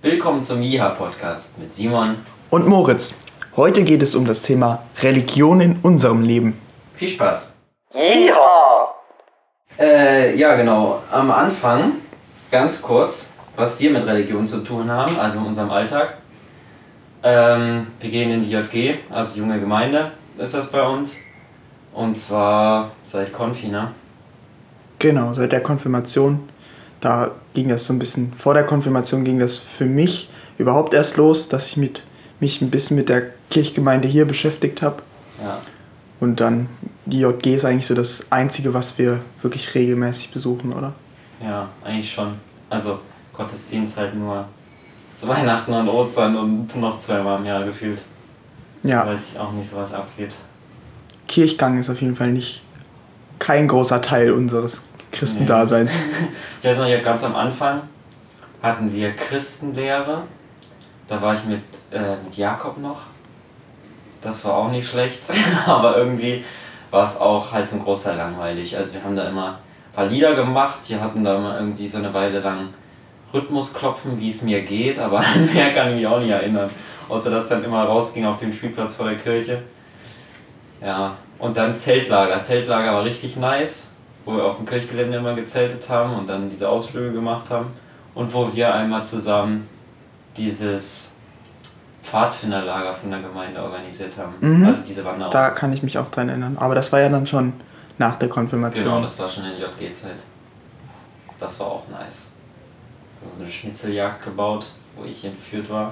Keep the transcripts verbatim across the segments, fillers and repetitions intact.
Willkommen zum Jiha-Podcast mit Simon und Moritz. Heute geht es um das Thema Religion in unserem Leben. Viel Spaß! Jiha! Äh, ja genau, am Anfang ganz kurz, was wir mit Religion zu tun haben, also in unserem Alltag. Ähm, wir gehen in die J G, also junge Gemeinde ist das bei uns. Und zwar seit Konfi, ne? Genau, seit der Konfirmation. Da ging das so ein bisschen, vor der Konfirmation ging das für mich überhaupt erst los, dass ich mit, mich ein bisschen mit der Kirchgemeinde hier beschäftigt habe. Ja. Und dann die J G ist eigentlich so das Einzige, was wir wirklich regelmäßig besuchen, oder? Ja, eigentlich schon. Also Gottesdienst halt nur zu Weihnachten und Ostern und noch zweimal im Jahr gefühlt. Ja. Weiß ich auch nicht, so was abgeht. Kirchgang ist auf jeden Fall nicht kein großer Teil unseres Christendaseins. Nee. Ich weiß noch, ja, ganz am Anfang hatten wir Christenlehre. Da war ich mit, äh, mit Jakob noch. Das war auch nicht schlecht, aber irgendwie war es auch halt zum Großteil langweilig. Also wir haben da immer ein paar Lieder gemacht, die hatten da immer irgendwie so eine Weile lang Rhythmusklopfen, wie es mir geht, aber an mehr kann ich mich auch nicht erinnern. Außer dass es dann immer rausging auf dem Spielplatz vor der Kirche. Ja, und dann Zeltlager. Zeltlager war richtig nice, wo wir auf dem Kirchgelände immer gezeltet haben und dann diese Ausflüge gemacht haben. Und wo wir einmal zusammen dieses Pfadfinderlager von der Gemeinde organisiert haben. Mhm. Also diese Wanderung. Da kann ich mich auch dran erinnern. Aber das war ja dann schon nach der Konfirmation. Genau, das war schon in J G-Zeit. Das war auch nice. Wir haben so eine Schnitzeljagd gebaut, wo ich entführt war.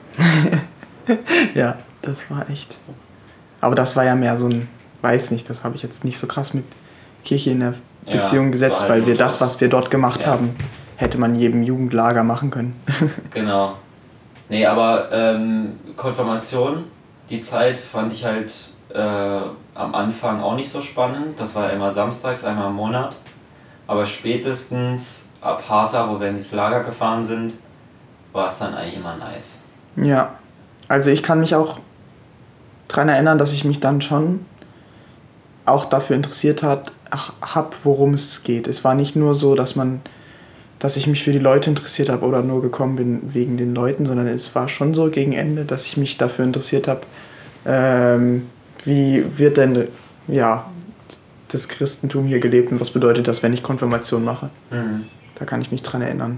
Ja, das war echt. Aber das war ja mehr so ein, weiß nicht, das habe ich jetzt nicht so krass mit Kirche in der Beziehung ja, gesetzt, halt weil wir das, was wir dort gemacht ja. haben, hätte man in jedem Jugendlager machen können. Genau. Nee, aber ähm, Konfirmation, die Zeit fand ich halt äh, am Anfang auch nicht so spannend. Das war immer samstags, einmal im Monat. Aber spätestens ab Harta, wo wir ins Lager gefahren sind, war es dann eigentlich immer nice. Ja, also ich kann mich auch daran erinnern, dass ich mich dann schon auch dafür interessiert hat, habe, worum es geht. Es war nicht nur so, dass man, dass ich mich für die Leute interessiert habe oder nur gekommen bin wegen den Leuten, sondern es war schon so gegen Ende, dass ich mich dafür interessiert habe, ähm, wie wird denn ja, das Christentum hier gelebt und was bedeutet das, wenn ich Konfirmation mache. Mhm. Da kann ich mich dran erinnern.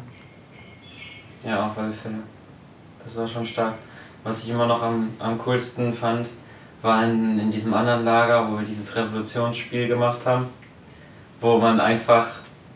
Ja, auf alle Fälle. Das war schon stark. Was ich immer noch am, am coolsten fand, war in, in diesem anderen Lager, wo wir dieses Revolutionsspiel gemacht haben, wo man einfach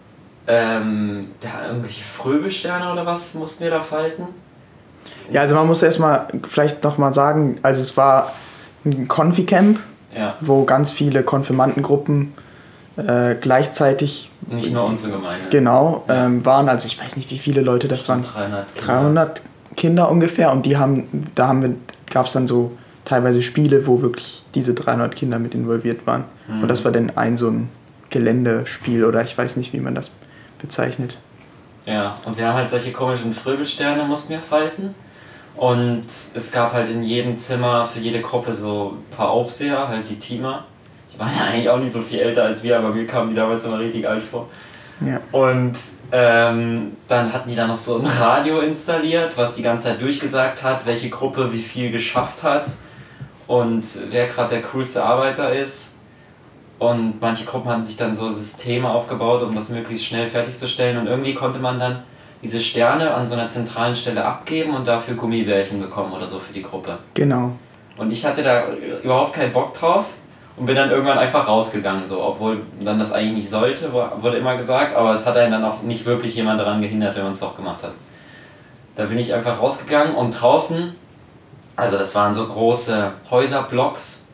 ähm, da irgendwelche Fröbelsterne oder was mussten wir da falten? Ja, also man muss erstmal vielleicht nochmal sagen, also es war ein Konfi-Camp, ja. wo ganz viele Konfirmandengruppen äh, gleichzeitig... Nicht nur unsere Gemeinde. Genau, ja. ähm, waren, also ich weiß nicht, wie viele Leute das waren. dreihundert Kinder. dreihundert Kinder ungefähr und die haben, da haben wir, gab es dann so teilweise Spiele, wo wirklich diese dreihundert Kinder mit involviert waren. Mhm. Und das war dann ein so ein Geländespiel oder ich weiß nicht, wie man das bezeichnet. Ja, und wir haben halt solche komischen Fröbelsterne mussten wir falten. Und es gab halt in jedem Zimmer für jede Gruppe so ein paar Aufseher, halt die Teamer. Die waren ja eigentlich auch nicht so viel älter als wir, aber mir kamen die damals immer richtig alt vor. Ja. Und ähm, dann hatten die da noch so ein Radio installiert, was die ganze Zeit durchgesagt hat, welche Gruppe wie viel geschafft hat und wer gerade der coolste Arbeiter ist. Und manche Gruppen hatten sich dann so Systeme aufgebaut, um das möglichst schnell fertigzustellen. Und irgendwie konnte man dann diese Sterne an so einer zentralen Stelle abgeben und dafür Gummibärchen bekommen oder so für die Gruppe. Genau. Und ich hatte da überhaupt keinen Bock drauf und bin dann irgendwann einfach rausgegangen, so, obwohl dann das eigentlich nicht sollte, wurde immer gesagt, aber es hat einen dann auch nicht wirklich jemand daran gehindert, wenn man es doch gemacht hat. Da bin ich einfach rausgegangen und draußen, also das waren so große Häuserblocks,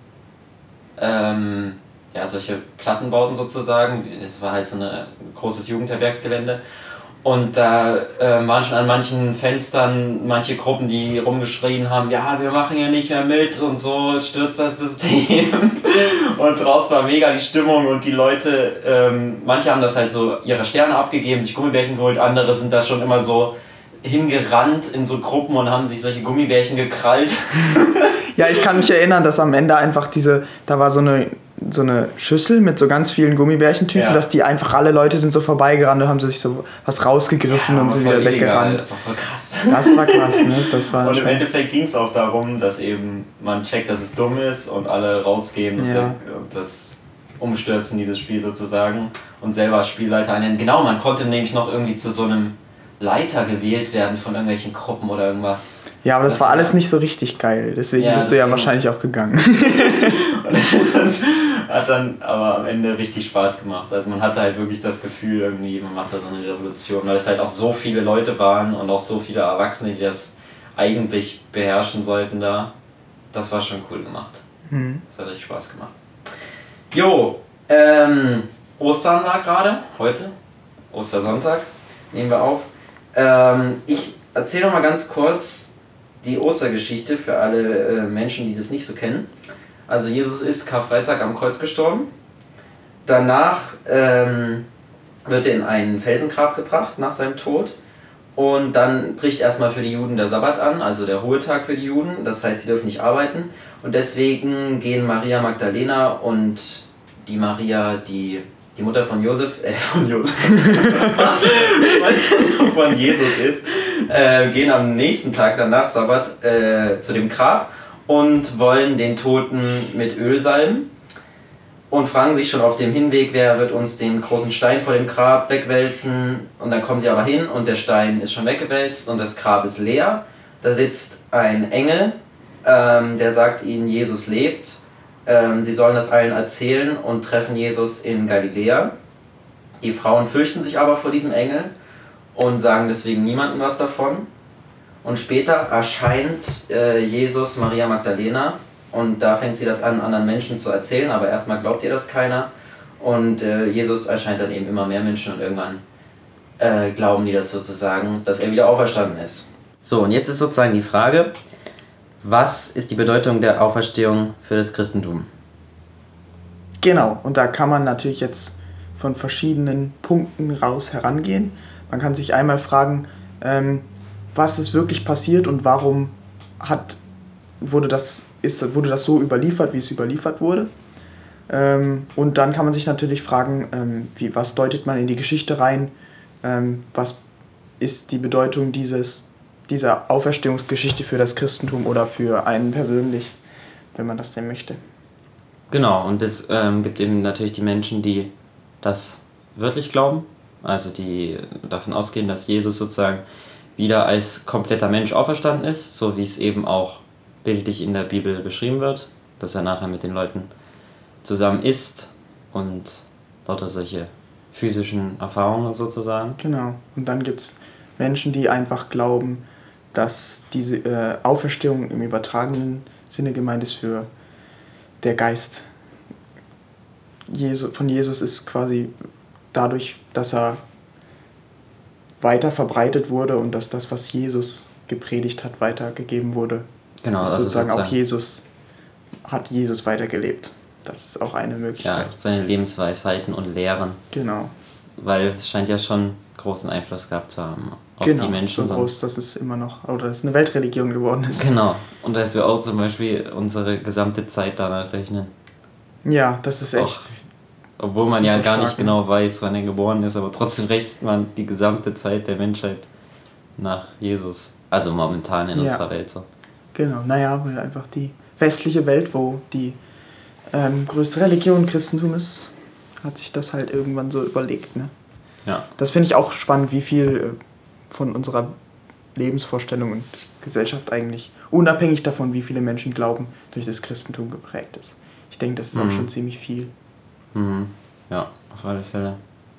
ähm, ja, solche Plattenbauten sozusagen, das war halt so ein großes Jugendherbergsgelände. Und da äh, waren schon an manchen Fenstern manche Gruppen, die rumgeschrien haben, ja, wir machen hier nicht mehr mit und so, stürzt das System. Und draußen war mega die Stimmung und die Leute, ähm, manche haben das halt so ihre Sterne abgegeben, sich Gummibärchen geholt, andere sind da schon immer so hingerannt in so Gruppen und haben sich solche Gummibärchen gekrallt. Ja, ich kann mich erinnern, dass am Ende einfach diese, da war so eine so eine Schüssel mit so ganz vielen Gummibärchentüten, Ja. dass die einfach alle Leute sind so vorbeigerannt und haben sich so was rausgegriffen Ja, und aber sind voll wieder illegal, weggerannt. Das war voll krass. Das war krass, ne? Das war Und im schon- Endeffekt ging es auch darum, dass eben man checkt, dass es dumm ist und alle rausgehen und, Ja. der, und das umstürzen, dieses Spiel sozusagen, und selber als Spielleiter einen. Genau, man konnte nämlich noch irgendwie zu so einem Leiter gewählt werden von irgendwelchen Gruppen oder irgendwas. Ja, aber das, Das war war- alles nicht so richtig geil. Deswegen Ja, bist du ja deswegen- wahrscheinlich auch gegangen. Und das hat dann aber am Ende richtig Spaß gemacht. Also man hatte halt wirklich das Gefühl, irgendwie, man macht da so eine Revolution, weil es halt auch so viele Leute waren und auch so viele Erwachsene, die das eigentlich beherrschen sollten da. Das war schon cool gemacht. Hm. Das hat richtig Spaß gemacht. Jo, ähm, Ostern war gerade, heute, Ostersonntag, nehmen wir auf. Ähm, ich erzähle noch mal ganz kurz die Ostergeschichte für alle äh, Menschen, die das nicht so kennen. Also Jesus ist Karfreitag am Kreuz gestorben. Danach ähm, wird er in ein Felsengrab gebracht nach seinem Tod. Und dann bricht erstmal für die Juden der Sabbat an, also der Ruhetag für die Juden. Das heißt, sie dürfen nicht arbeiten. Und deswegen gehen Maria Magdalena und die Maria, die, die Mutter von Josef, äh, von Josef, von Jesus ist, äh, gehen am nächsten Tag, dann nach Sabbat, äh, zu dem Grab und wollen den Toten mit Öl salben. Und fragen sich schon auf dem Hinweg, wer wird uns den großen Stein vor dem Grab wegwälzen. Und dann kommen sie aber hin und der Stein ist schon weggewälzt und das Grab ist leer. Da sitzt ein Engel, ähm, der sagt ihnen, Jesus lebt. Ähm, sie sollen das allen erzählen und treffen Jesus in Galiläa. Die Frauen fürchten sich aber vor diesem Engel und sagen deswegen niemandem was davon. Und später erscheint äh, Jesus Maria Magdalena. Und da fängt sie das an, anderen Menschen zu erzählen, aber erstmal glaubt ihr das keiner. Und äh, Jesus erscheint dann eben immer mehr Menschen und irgendwann äh, glauben die das sozusagen, dass er wieder auferstanden ist. So, und jetzt ist sozusagen die Frage, was ist die Bedeutung der Auferstehung für das Christentum? Genau, und da kann man natürlich jetzt von verschiedenen Punkten raus herangehen. Man kann sich einmal fragen, ähm, was ist wirklich passiert und warum hat, wurde, das, ist, wurde das so überliefert, wie es überliefert wurde. Ähm, und dann kann man sich natürlich fragen, ähm, wie, was deutet man in die Geschichte rein, ähm, was ist die Bedeutung dieses, dieser Auferstehungsgeschichte für das Christentum oder für einen persönlich, wenn man das denn möchte. Genau, und es ähm, gibt eben natürlich die Menschen, die das wörtlich glauben, also die davon ausgehen, dass Jesus sozusagen wieder als kompletter Mensch auferstanden ist, so wie es eben auch bildlich in der Bibel beschrieben wird, dass er nachher mit den Leuten zusammen isst und lauter solche physischen Erfahrungen sozusagen. Genau, und dann gibt es Menschen, die einfach glauben, dass diese äh, Auferstehung im übertragenen Sinne gemeint ist für der Geist Jesu, von Jesus ist quasi dadurch, dass er weiter verbreitet wurde und dass das, was Jesus gepredigt hat, weitergegeben wurde. Genau, ist also sozusagen, sozusagen auch Jesus hat Jesus weitergelebt. Das ist auch eine ja, Möglichkeit. seine Lebensweisheiten und Lehren, Genau. weil es scheint ja schon großen Einfluss gehabt zu haben auf Genau, die Menschen. so groß, dass es immer noch, oder dass es eine Weltreligion geworden ist. Genau, und dass wir auch zum Beispiel unsere gesamte Zeit danach rechnen. Ja, das ist echt. Auch, obwohl man ja super gar nicht stark, ne? genau weiß, wann er geboren ist, aber trotzdem rechnet man die gesamte Zeit der Menschheit nach Jesus. Also momentan in Ja. unserer Welt so. Genau, naja, weil einfach die westliche Welt, wo die ähm, größte Religion Christentum ist, hat sich das halt irgendwann so überlegt. Ne? Ja. Das finde ich auch spannend, wie viel äh, von unserer Lebensvorstellung und Gesellschaft eigentlich, unabhängig davon, wie viele Menschen glauben, durch das Christentum geprägt ist. Ich denke, das ist Mhm. auch schon ziemlich viel. Mhm. Ja, auf alle Fälle.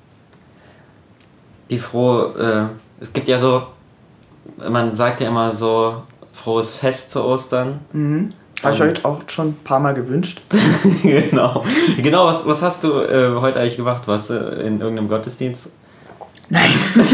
Die frohe, äh, es gibt ja so, man sagt ja immer so, frohes Fest zu Ostern. Mhm. Habe ich Und- euch auch schon ein paar Mal gewünscht. Genau. Genau, was, was hast du äh, heute eigentlich gemacht? Warst du in irgendeinem Gottesdienst? Nein.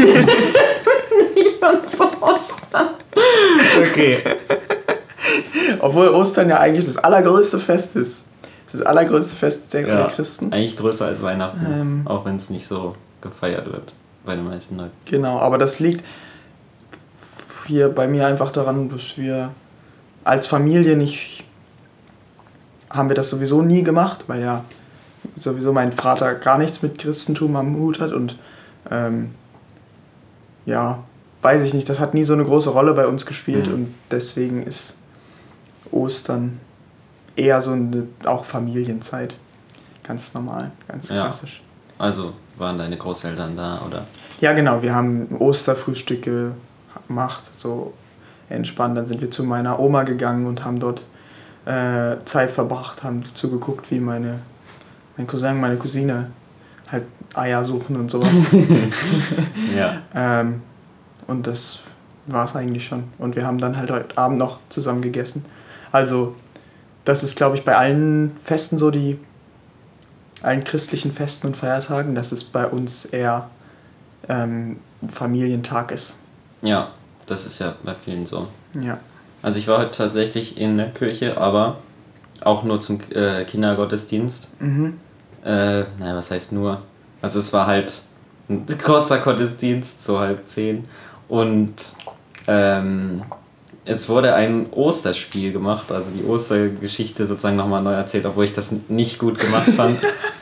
Nicht an zu Ostern. Okay. Obwohl Ostern ja eigentlich das allergrößte Fest ist. Das ist das allergrößte Fest der, Ja, der Christen. eigentlich größer als Weihnachten, Ähm. auch wenn es nicht so gefeiert wird bei den meisten Leuten. Genau, aber das liegt hier bei mir einfach daran, dass wir als Familie nicht, haben wir das sowieso nie gemacht, weil ja sowieso mein Vater gar nichts mit Christentum am Hut hat und ähm, ja, weiß ich nicht, das hat nie so eine große Rolle bei uns gespielt mhm. und deswegen ist Ostern eher so eine auch Familienzeit. Ganz normal, ganz ja. klassisch. Also waren deine Großeltern da, oder? Ja, genau, wir haben Osterfrühstücke gemacht, so entspannt. Dann sind wir zu meiner Oma gegangen und haben dort äh, Zeit verbracht, haben zugeguckt, wie meine, mein Cousin, meine Cousine halt Eier suchen und sowas. ja. ähm, und das war es eigentlich schon. Und wir haben dann halt heute Abend noch zusammen gegessen. Also das ist, glaube ich, bei allen Festen so, die allen christlichen Festen und Feiertagen, dass es bei uns eher ähm, Familientag ist. Ja, das ist ja bei vielen so. Ja. Also ich war heute tatsächlich in der Kirche, aber auch nur zum äh, Kindergottesdienst. Mhm. Äh, naja, was heißt nur? Also es war halt ein kurzer Gottesdienst, so halb zehn. Und ähm, es wurde ein Osterspiel gemacht, also die Ostergeschichte sozusagen nochmal neu erzählt, obwohl ich das nicht gut gemacht fand.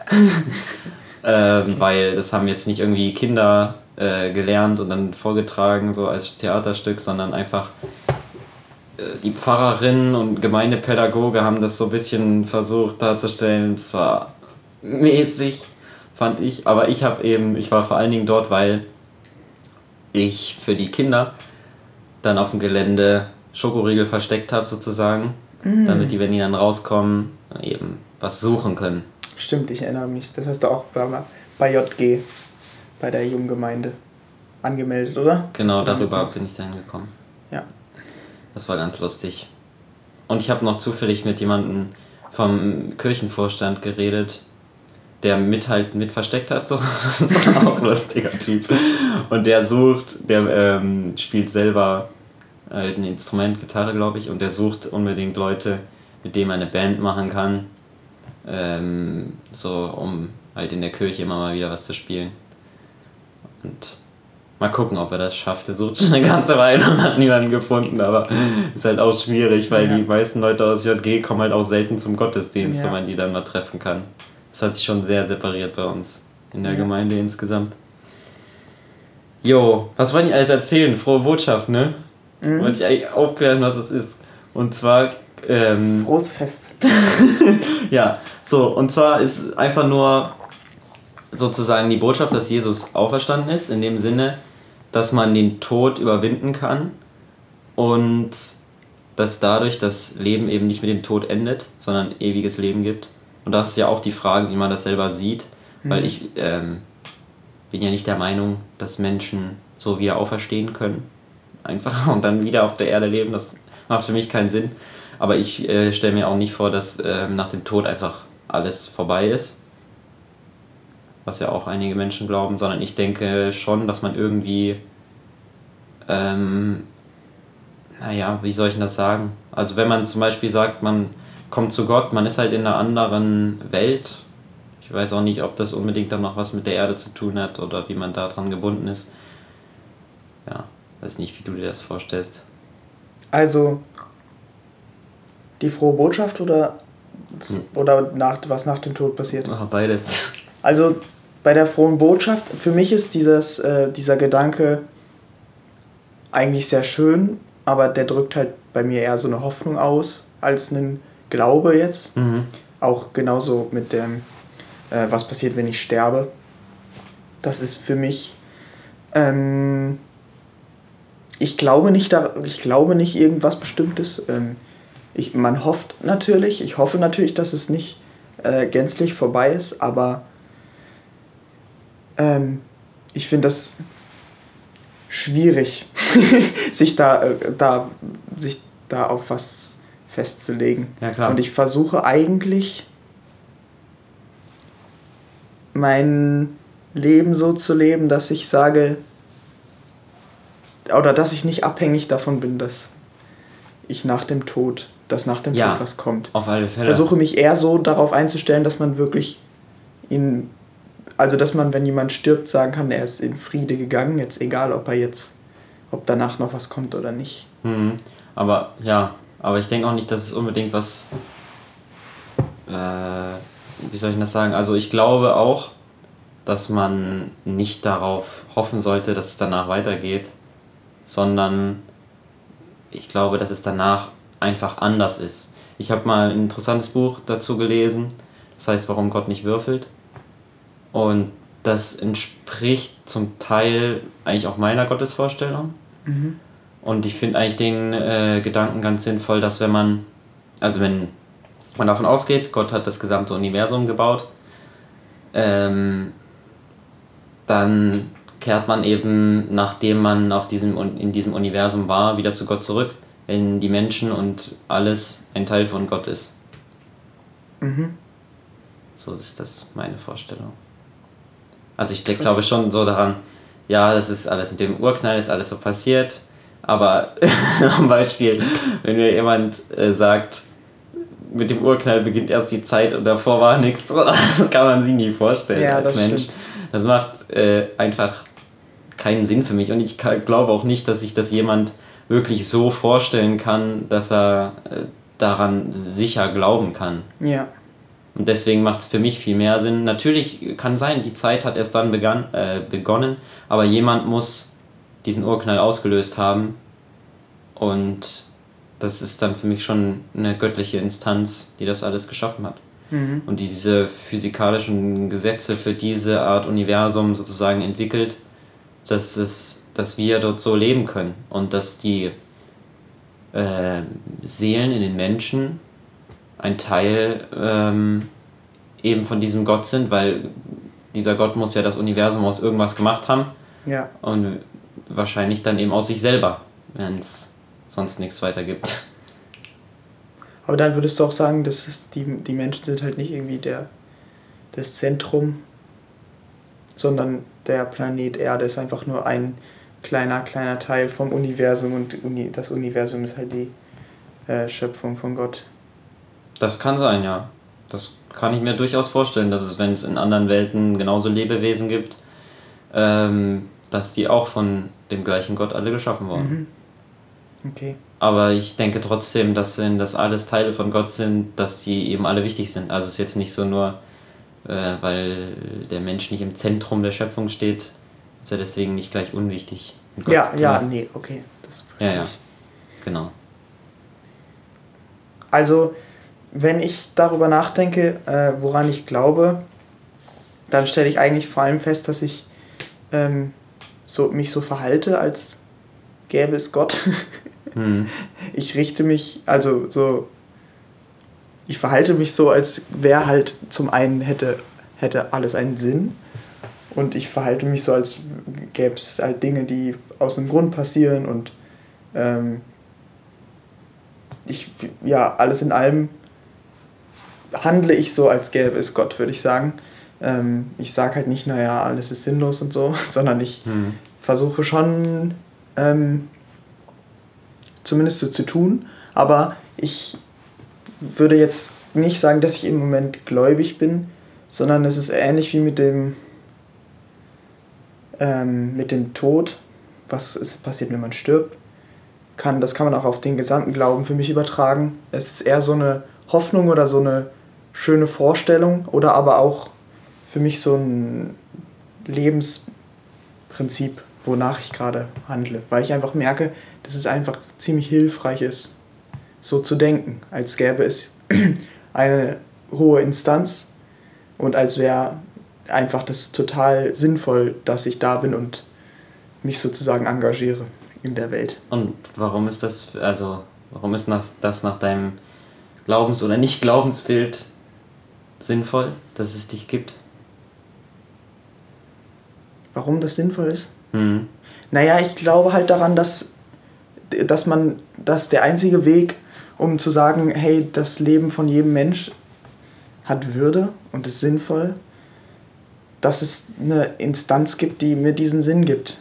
ähm, weil das haben jetzt nicht irgendwie Kinder äh, gelernt und dann vorgetragen, so als Theaterstück, sondern einfach äh, die Pfarrerin und Gemeindepädagoge haben das so ein bisschen versucht darzustellen. Es war mäßig, fand ich, aber ich habe eben, ich war vor allen Dingen dort, weil ich für die Kinder dann auf dem Gelände Schokoriegel versteckt habe sozusagen, mm. damit die, wenn die dann rauskommen, eben was suchen können. Stimmt, ich erinnere mich. Das hast du auch bei, bei J G, bei der Jugendgemeinde, angemeldet, oder? Genau, darüber bin ich dann gekommen. Ja. Das war ganz lustig. Und ich habe noch zufällig mit jemandem vom Kirchenvorstand geredet, der mit halt mit versteckt hat, so. Das ist auch ein lustiger Typ. Und der sucht, der ähm, spielt selber halt ein Instrument, Gitarre, glaube ich, und der sucht unbedingt Leute, mit denen er eine Band machen kann, ähm, so um halt in der Kirche immer mal wieder was zu spielen. Und mal gucken, ob er das schafft. Er sucht schon eine ganze Weile und hat niemanden gefunden, aber ist halt auch schwierig, weil ja. die meisten Leute aus J G kommen halt auch selten zum Gottesdienst, ja. wo man die dann mal treffen kann. Das hat sich schon sehr separiert bei uns in der ja. Gemeinde insgesamt. Jo, was wollen die alles erzählen? Frohe Botschaft, ne? Mhm. Wollte ich eigentlich aufklären, was es ist. Und zwar... Ähm, Frohes Fest. ja, so, und zwar ist einfach nur sozusagen die Botschaft, dass Jesus auferstanden ist, in dem Sinne, dass man den Tod überwinden kann und dass dadurch das Leben eben nicht mit dem Tod endet, sondern ewiges Leben gibt. Und das ist ja auch die Frage, wie man das selber sieht, mhm. weil ich ähm, bin ja nicht der Meinung, dass Menschen so wieder auferstehen können, einfach und dann wieder auf der Erde leben. Das macht für mich keinen Sinn. Aber ich äh, stelle mir auch nicht vor, dass äh, nach dem Tod einfach alles vorbei ist, was ja auch einige Menschen glauben, sondern ich denke schon, dass man irgendwie, ähm, naja, wie soll ich denn das sagen? Also wenn man zum Beispiel sagt, man kommt zu Gott, man ist halt in einer anderen Welt. Ich weiß auch nicht, ob das unbedingt dann noch was mit der Erde zu tun hat oder wie man da dran gebunden ist. Ja, weiß nicht, wie du dir das vorstellst. Also, die frohe Botschaft oder, hm. oder nach, was nach dem Tod passiert? Ach, beides. Also, bei der frohen Botschaft, für mich ist dieses, äh, dieser Gedanke eigentlich sehr schön, aber der drückt halt bei mir eher so eine Hoffnung aus, als einen Glaube jetzt. Mhm. Auch genauso mit dem, äh, was passiert, wenn ich sterbe. Das ist für mich, ähm, ich glaube nicht, da, ich glaube nicht irgendwas Bestimmtes. Ähm, ich, man hofft natürlich, ich hoffe natürlich, dass es nicht äh, gänzlich vorbei ist, aber ähm, ich finde das schwierig, sich da, äh, da, sich da auf was festzulegen. Ja, klar. Und ich versuche eigentlich, mein Leben so zu leben, dass ich sage, oder dass ich nicht abhängig davon bin, dass ich nach dem Tod, dass nach dem ja, Tod was kommt. Auf alle Fälle. Versuche mich eher so darauf einzustellen, dass man wirklich in, also dass man, wenn jemand stirbt, sagen kann, er ist in Friede gegangen, jetzt egal, ob er jetzt, ob danach noch was kommt oder nicht. Mhm. Aber ja, aber ich denke auch nicht, dass es unbedingt was äh, wie soll ich das sagen, also ich glaube auch, dass man nicht darauf hoffen sollte, dass es danach weitergeht, sondern ich glaube, dass es danach einfach anders ist. Ich habe mal ein interessantes Buch dazu gelesen, das heißt, warum Gott nicht würfelt. Und das entspricht zum Teil eigentlich auch meiner Gottesvorstellung. Mhm. Und ich finde eigentlich den äh, Gedanken ganz sinnvoll, dass wenn man, also wenn man davon ausgeht, Gott hat das gesamte Universum gebaut, ähm, dann kehrt man eben, nachdem man auf diesem, in diesem Universum war, wieder zu Gott zurück, wenn die Menschen und alles ein Teil von Gott ist. Mhm. So ist das meine Vorstellung. Also ich glaube schon so daran, ja, das ist alles mit dem Urknall, ist alles so passiert, aber zum Beispiel, wenn mir jemand äh, sagt, mit dem Urknall beginnt erst die Zeit und davor war nichts, das kann man sich nie vorstellen ja, als das Mensch. Stimmt. Das macht äh, einfach keinen Sinn für mich und ich glaube auch nicht, dass sich das jemand wirklich so vorstellen kann, dass er äh, daran sicher glauben kann. Ja. Und deswegen macht es für mich viel mehr Sinn. Natürlich kann sein, die Zeit hat erst dann begann, äh, begonnen, aber jemand muss diesen Urknall ausgelöst haben und das ist dann für mich schon eine göttliche Instanz, die das alles geschaffen hat. Mhm. Und die diese physikalischen Gesetze für diese Art Universum sozusagen entwickelt, dass, es, dass wir dort so leben können und dass die äh, Seelen in den Menschen ein Teil ähm, eben von diesem Gott sind, weil dieser Gott muss ja das Universum aus irgendwas gemacht haben. Ja. Und wahrscheinlich dann eben aus sich selber, wenn es sonst nichts weiter gibt. Aber dann würdest du auch sagen, dass es die, die Menschen sind halt nicht irgendwie der, das Zentrum, sondern der Planet Erde ist einfach nur ein kleiner, kleiner Teil vom Universum und Uni, das Universum ist halt die äh, Schöpfung von Gott. Das kann sein, ja. Das kann ich mir durchaus vorstellen, dass es, wenn es in anderen Welten genauso Lebewesen gibt, ähm, dass die auch von dem gleichen Gott alle geschaffen wurden. Mhm. Okay. Aber ich denke trotzdem, dass wenn das alles Teile von Gott sind, dass die eben alle wichtig sind. Also es ist jetzt nicht so nur, äh, weil der Mensch nicht im Zentrum der Schöpfung steht, ist er deswegen nicht gleich unwichtig. Gott, ja, ja, genau. nee, okay. Das ja, ja, genau. Also, wenn ich darüber nachdenke, äh, woran ich glaube, dann stelle ich eigentlich vor allem fest, dass ich ähm, so, mich so verhalte, als gäbe es Gott. Mhm. Ich richte mich, also so, ich verhalte mich so, als wäre halt zum einen hätte, hätte alles einen Sinn und ich verhalte mich so, als gäbe es halt Dinge, die aus einem Grund passieren und ähm, ich, ja, alles in allem handle ich so, als gäbe es Gott, würde ich sagen. Ähm, ich sage halt nicht, naja, alles ist sinnlos und so, sondern ich mhm. versuche schon ähm, zumindest so zu tun, aber ich würde jetzt nicht sagen, dass ich im Moment gläubig bin, sondern es ist ähnlich wie mit dem ähm, mit dem Tod, was ist passiert, wenn man stirbt. Kann, das kann man auch auf den gesamten Glauben für mich übertragen. Es ist eher so eine Hoffnung oder so eine schöne Vorstellung oder aber auch für mich so ein Lebensprinzip, wonach ich gerade handle, weil ich einfach merke, dass es einfach ziemlich hilfreich ist, so zu denken, als gäbe es eine hohe Instanz und als wäre einfach das total sinnvoll, dass ich da bin und mich sozusagen engagiere in der Welt. Und warum ist das, also warum ist nach, das nach deinem Glaubens- oder Nicht-Glaubensbild sinnvoll, dass es dich gibt? Warum das sinnvoll ist? Mhm. Naja, ich glaube halt daran, dass, dass man, dass der einzige Weg, um zu sagen, hey, das Leben von jedem Mensch hat Würde und ist sinnvoll, dass es eine Instanz gibt, die mir diesen Sinn gibt.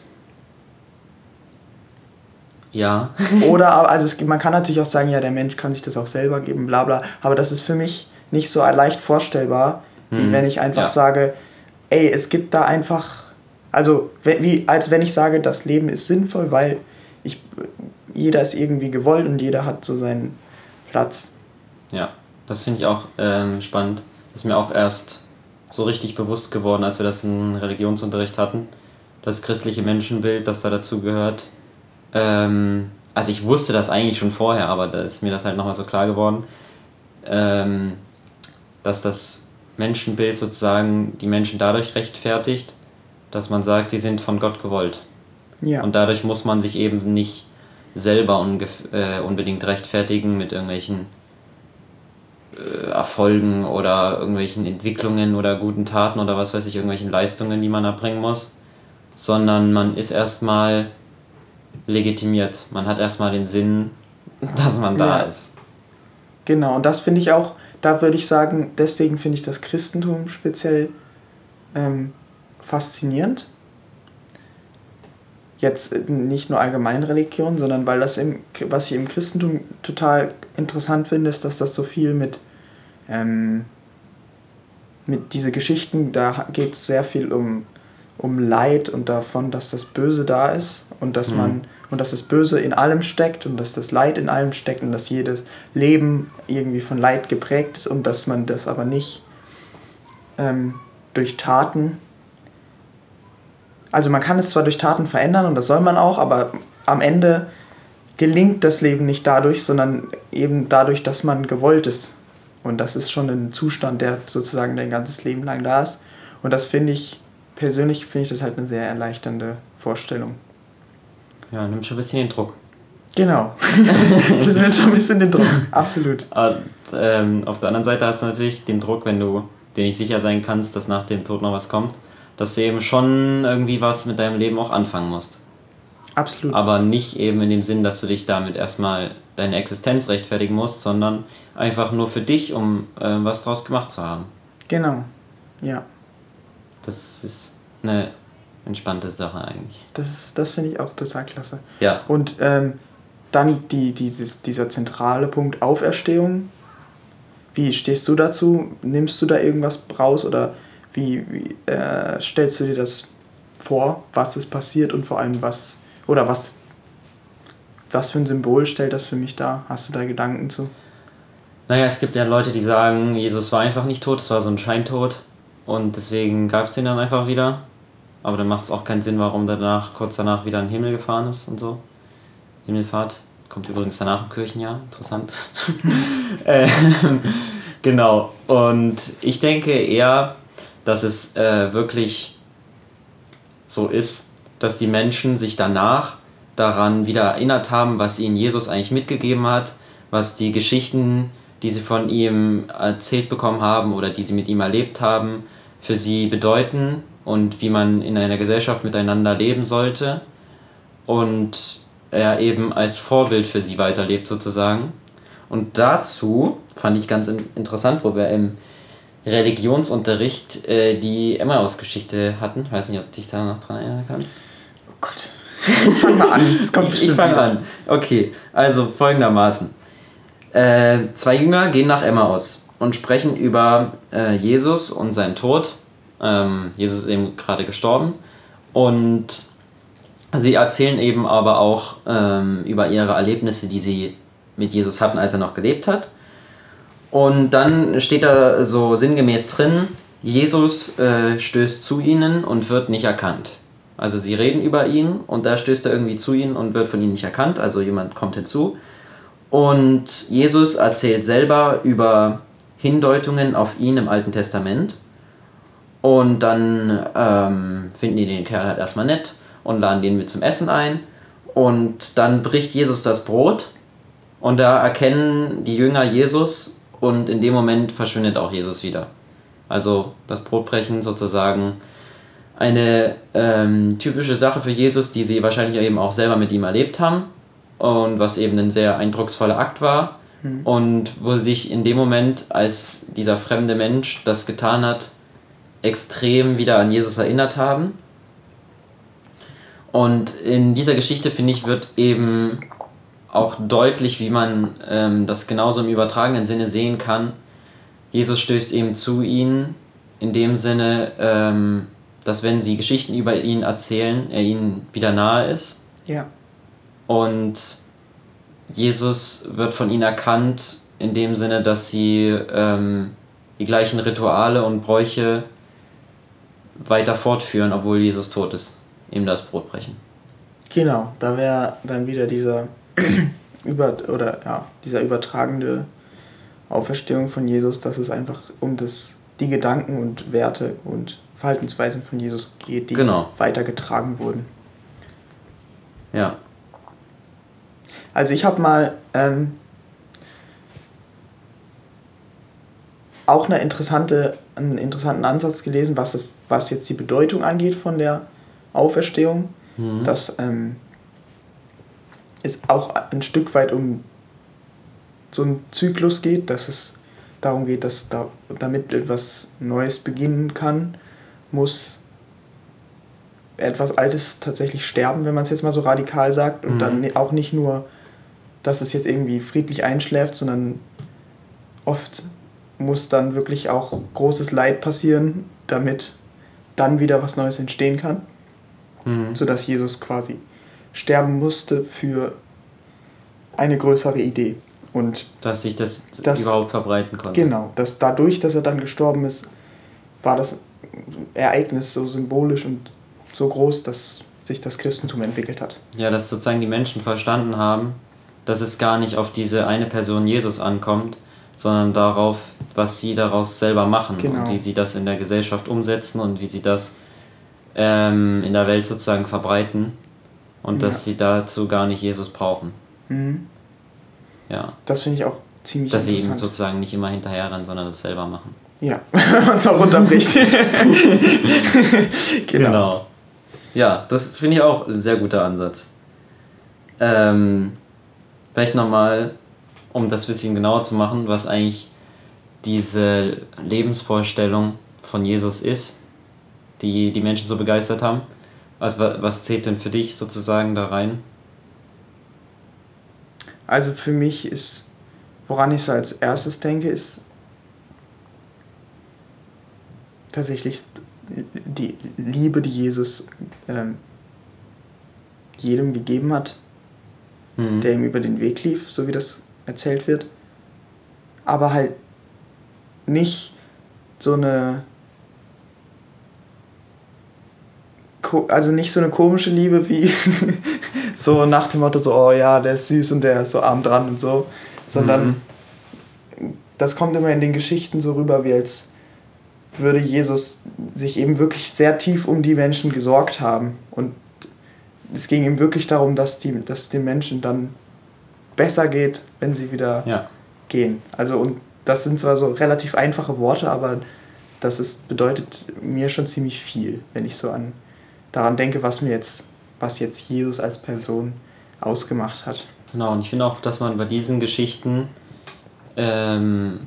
Ja. Oder, also es, man kann natürlich auch sagen, ja, der Mensch kann sich das auch selber geben, bla bla, aber das ist für mich nicht so leicht vorstellbar, hm. wie wenn ich einfach ja. sage, ey, es gibt da einfach, also wie, als wenn ich sage, das Leben ist sinnvoll, weil ich, jeder ist irgendwie gewollt und jeder hat so seinen Platz. Ja, das finde ich auch ähm, spannend, ist mir auch erst so richtig bewusst geworden, als wir das in Religionsunterricht hatten, das christliche Menschenbild, das da dazu gehört. Ähm, also ich wusste das eigentlich schon vorher, aber da ist mir das halt nochmal so klar geworden, ähm, dass das Menschenbild sozusagen die Menschen dadurch rechtfertigt, dass man sagt, sie sind von Gott gewollt. Ja. Und dadurch muss man sich eben nicht selber ungef- äh, unbedingt rechtfertigen mit irgendwelchen äh, Erfolgen oder irgendwelchen Entwicklungen oder guten Taten oder was weiß ich, irgendwelchen Leistungen, die man erbringen muss, sondern man ist erstmal legitimiert. Man hat erstmal den Sinn, dass man da Ja. ist. Genau, und das finde ich auch, da würde ich sagen, deswegen finde ich das Christentum speziell ähm, faszinierend. Jetzt äh, nicht nur allgemein Religion, sondern weil das im, was ich im Christentum total interessant finde, ist, dass das so viel mit, ähm, mit diese Geschichten, da geht es sehr viel um, um Leid und davon, dass das Böse da ist und dass Mhm. man und dass das Böse in allem steckt und dass das Leid in allem steckt und dass jedes Leben irgendwie von Leid geprägt ist und dass man das aber nicht ähm, durch Taten, also man kann es zwar durch Taten verändern und das soll man auch, aber am Ende gelingt das Leben nicht dadurch, sondern eben dadurch, dass man gewollt ist. Und das ist schon ein Zustand, der sozusagen dein ganzes Leben lang da ist. Und das finde ich, persönlich finde ich das halt eine sehr erleichternde Vorstellung. Ja, nimmt schon ein bisschen den Druck. Genau. Das nimmt schon ein bisschen den Druck. Absolut. Aber ähm, auf der anderen Seite hast du natürlich den Druck, wenn du dir nicht sicher sein kannst, dass nach dem Tod noch was kommt, dass du eben schon irgendwie was mit deinem Leben auch anfangen musst. Absolut. Aber nicht eben in dem Sinn, dass du dich damit erstmal deine Existenz rechtfertigen musst, sondern einfach nur für dich, um äh, was draus gemacht zu haben. Genau. Ja. Das ist eine entspannte Sache eigentlich. Das, das finde ich auch total klasse. Ja. Und ähm, dann die, dieses, dieser zentrale Punkt Auferstehung. Wie stehst du dazu? Nimmst du da irgendwas raus oder wie, wie äh, stellst du dir das vor, was ist passiert und vor allem was, oder was, was für ein Symbol stellt das für mich dar? Hast du da Gedanken zu? Naja, es gibt ja Leute, die sagen, Jesus war einfach nicht tot, es war so ein Scheintod und deswegen gab es den dann einfach wieder. Aber dann macht es auch keinen Sinn, warum danach, kurz danach wieder in den Himmel gefahren ist und so. Himmelfahrt. Kommt übrigens danach im Kirchenjahr. Interessant. ähm, genau. Und ich denke eher, dass es äh, wirklich so ist, dass die Menschen sich danach daran wieder erinnert haben, was ihnen Jesus eigentlich mitgegeben hat, was die Geschichten, die sie von ihm erzählt bekommen haben oder die sie mit ihm erlebt haben, für sie bedeuten und wie man in einer Gesellschaft miteinander leben sollte und er eben als Vorbild für sie weiterlebt sozusagen. Und dazu fand ich ganz in- interessant, wo wir im Religionsunterricht äh, die Emmaus-Geschichte hatten. Ich weiß nicht, ob du dich da noch dran erinnern kannst. Oh Gott. Fang mal an. Es kommt Ich, ich bestimmt fange wieder. an. Okay, also folgendermaßen. Äh, zwei Jünger gehen nach Emmaus und sprechen über äh, Jesus und seinen Tod. Ähm, Jesus ist eben gerade gestorben. Und sie erzählen eben aber auch ähm, über ihre Erlebnisse, die sie mit Jesus hatten, als er noch gelebt hat. Und dann steht da so sinngemäß drin, Jesus äh, stößt zu ihnen und wird nicht erkannt. Also sie reden über ihn und da stößt er irgendwie zu ihnen und wird von ihnen nicht erkannt, also jemand kommt hinzu. Und Jesus erzählt selber über Hindeutungen auf ihn im Alten Testament. Und dann ähm, finden die den Kerl halt erstmal nett und laden den mit zum Essen ein. Und dann bricht Jesus das Brot und da erkennen die Jünger Jesus und in dem Moment verschwindet auch Jesus wieder. Also das Brotbrechen sozusagen eine ähm, typische Sache für Jesus, die sie wahrscheinlich eben auch selber mit ihm erlebt haben und was eben ein sehr eindrucksvoller Akt war. Mhm. Und wo sie sich in dem Moment, als dieser fremde Mensch das getan hat, extrem wieder an Jesus erinnert haben. Und in dieser Geschichte, finde ich, wird eben auch deutlich, wie man ähm, das genauso im übertragenen Sinne sehen kann. Jesus stößt eben zu ihnen, in dem Sinne, ähm, dass wenn sie Geschichten über ihn erzählen, er ihnen wieder nahe ist. Ja. Und Jesus wird von ihnen erkannt, in dem Sinne, dass sie ähm, die gleichen Rituale und Bräuche weiter fortführen, obwohl Jesus tot ist. Ihm das Brot brechen. Genau, da wäre dann wieder dieser über oder ja, dieser übertragende Auferstehung von Jesus, dass es einfach um das die Gedanken und Werte und Verhaltensweisen von Jesus geht, die genau. weitergetragen wurden. Ja. Also ich habe mal ähm, auch eine interessante, einen interessanten Ansatz gelesen, was, das, was jetzt die Bedeutung angeht von der Auferstehung, mhm. dass ähm, es auch ein Stück weit um so einen Zyklus geht, dass es darum geht, dass da, damit etwas Neues beginnen kann, muss etwas Altes tatsächlich sterben, wenn man es jetzt mal so radikal sagt, und mhm. dann auch nicht nur, dass es jetzt irgendwie friedlich einschläft, sondern oft muss dann wirklich auch großes Leid passieren, damit dann wieder was Neues entstehen kann, mhm. sodass Jesus quasi sterben musste für eine größere Idee. Und dass sich das, das überhaupt verbreiten konnte. Genau, dass dadurch, dass er dann gestorben ist, war das Ereignis so symbolisch und so groß, dass sich das Christentum entwickelt hat. Ja, dass sozusagen die Menschen verstanden haben, dass es gar nicht auf diese eine Person Jesus ankommt, sondern darauf, was sie daraus selber machen, genau. und wie sie das in der Gesellschaft umsetzen und wie sie das ähm, in der Welt sozusagen verbreiten und ja. dass sie dazu gar nicht Jesus brauchen. Mhm. Ja. Das finde ich auch ziemlich dass interessant. Dass sie eben sozusagen nicht immer hinterherrennen, sondern das selber machen. Ja, und zwar runterbricht. genau. genau. Ja, das finde ich auch ein sehr guter Ansatz. Ähm, vielleicht nochmal, um das ein bisschen genauer zu machen, was eigentlich diese Lebensvorstellung von Jesus ist, die die Menschen so begeistert haben. Also was zählt denn für dich sozusagen da rein? Also für mich ist, woran ich so als erstes denke, ist tatsächlich die Liebe, die Jesus ähm, jedem gegeben hat, mhm. der ihm über den Weg lief, so wie das erzählt wird. Aber halt nicht so eine, also nicht so eine komische Liebe wie so nach dem Motto so, oh ja, der ist süß und der ist so arm dran und so, sondern mhm. das kommt immer in den Geschichten so rüber, wie als würde Jesus sich eben wirklich sehr tief um die Menschen gesorgt haben, und es ging ihm wirklich darum, dass, die, dass es den Menschen dann besser geht, wenn sie wieder ja. gehen. Also, und das sind zwar so relativ einfache Worte, aber das ist, bedeutet mir schon ziemlich viel, wenn ich so an daran denke, was mir jetzt, was jetzt Jesus als Person ausgemacht hat. Genau, und ich finde auch, dass man bei diesen Geschichten ähm,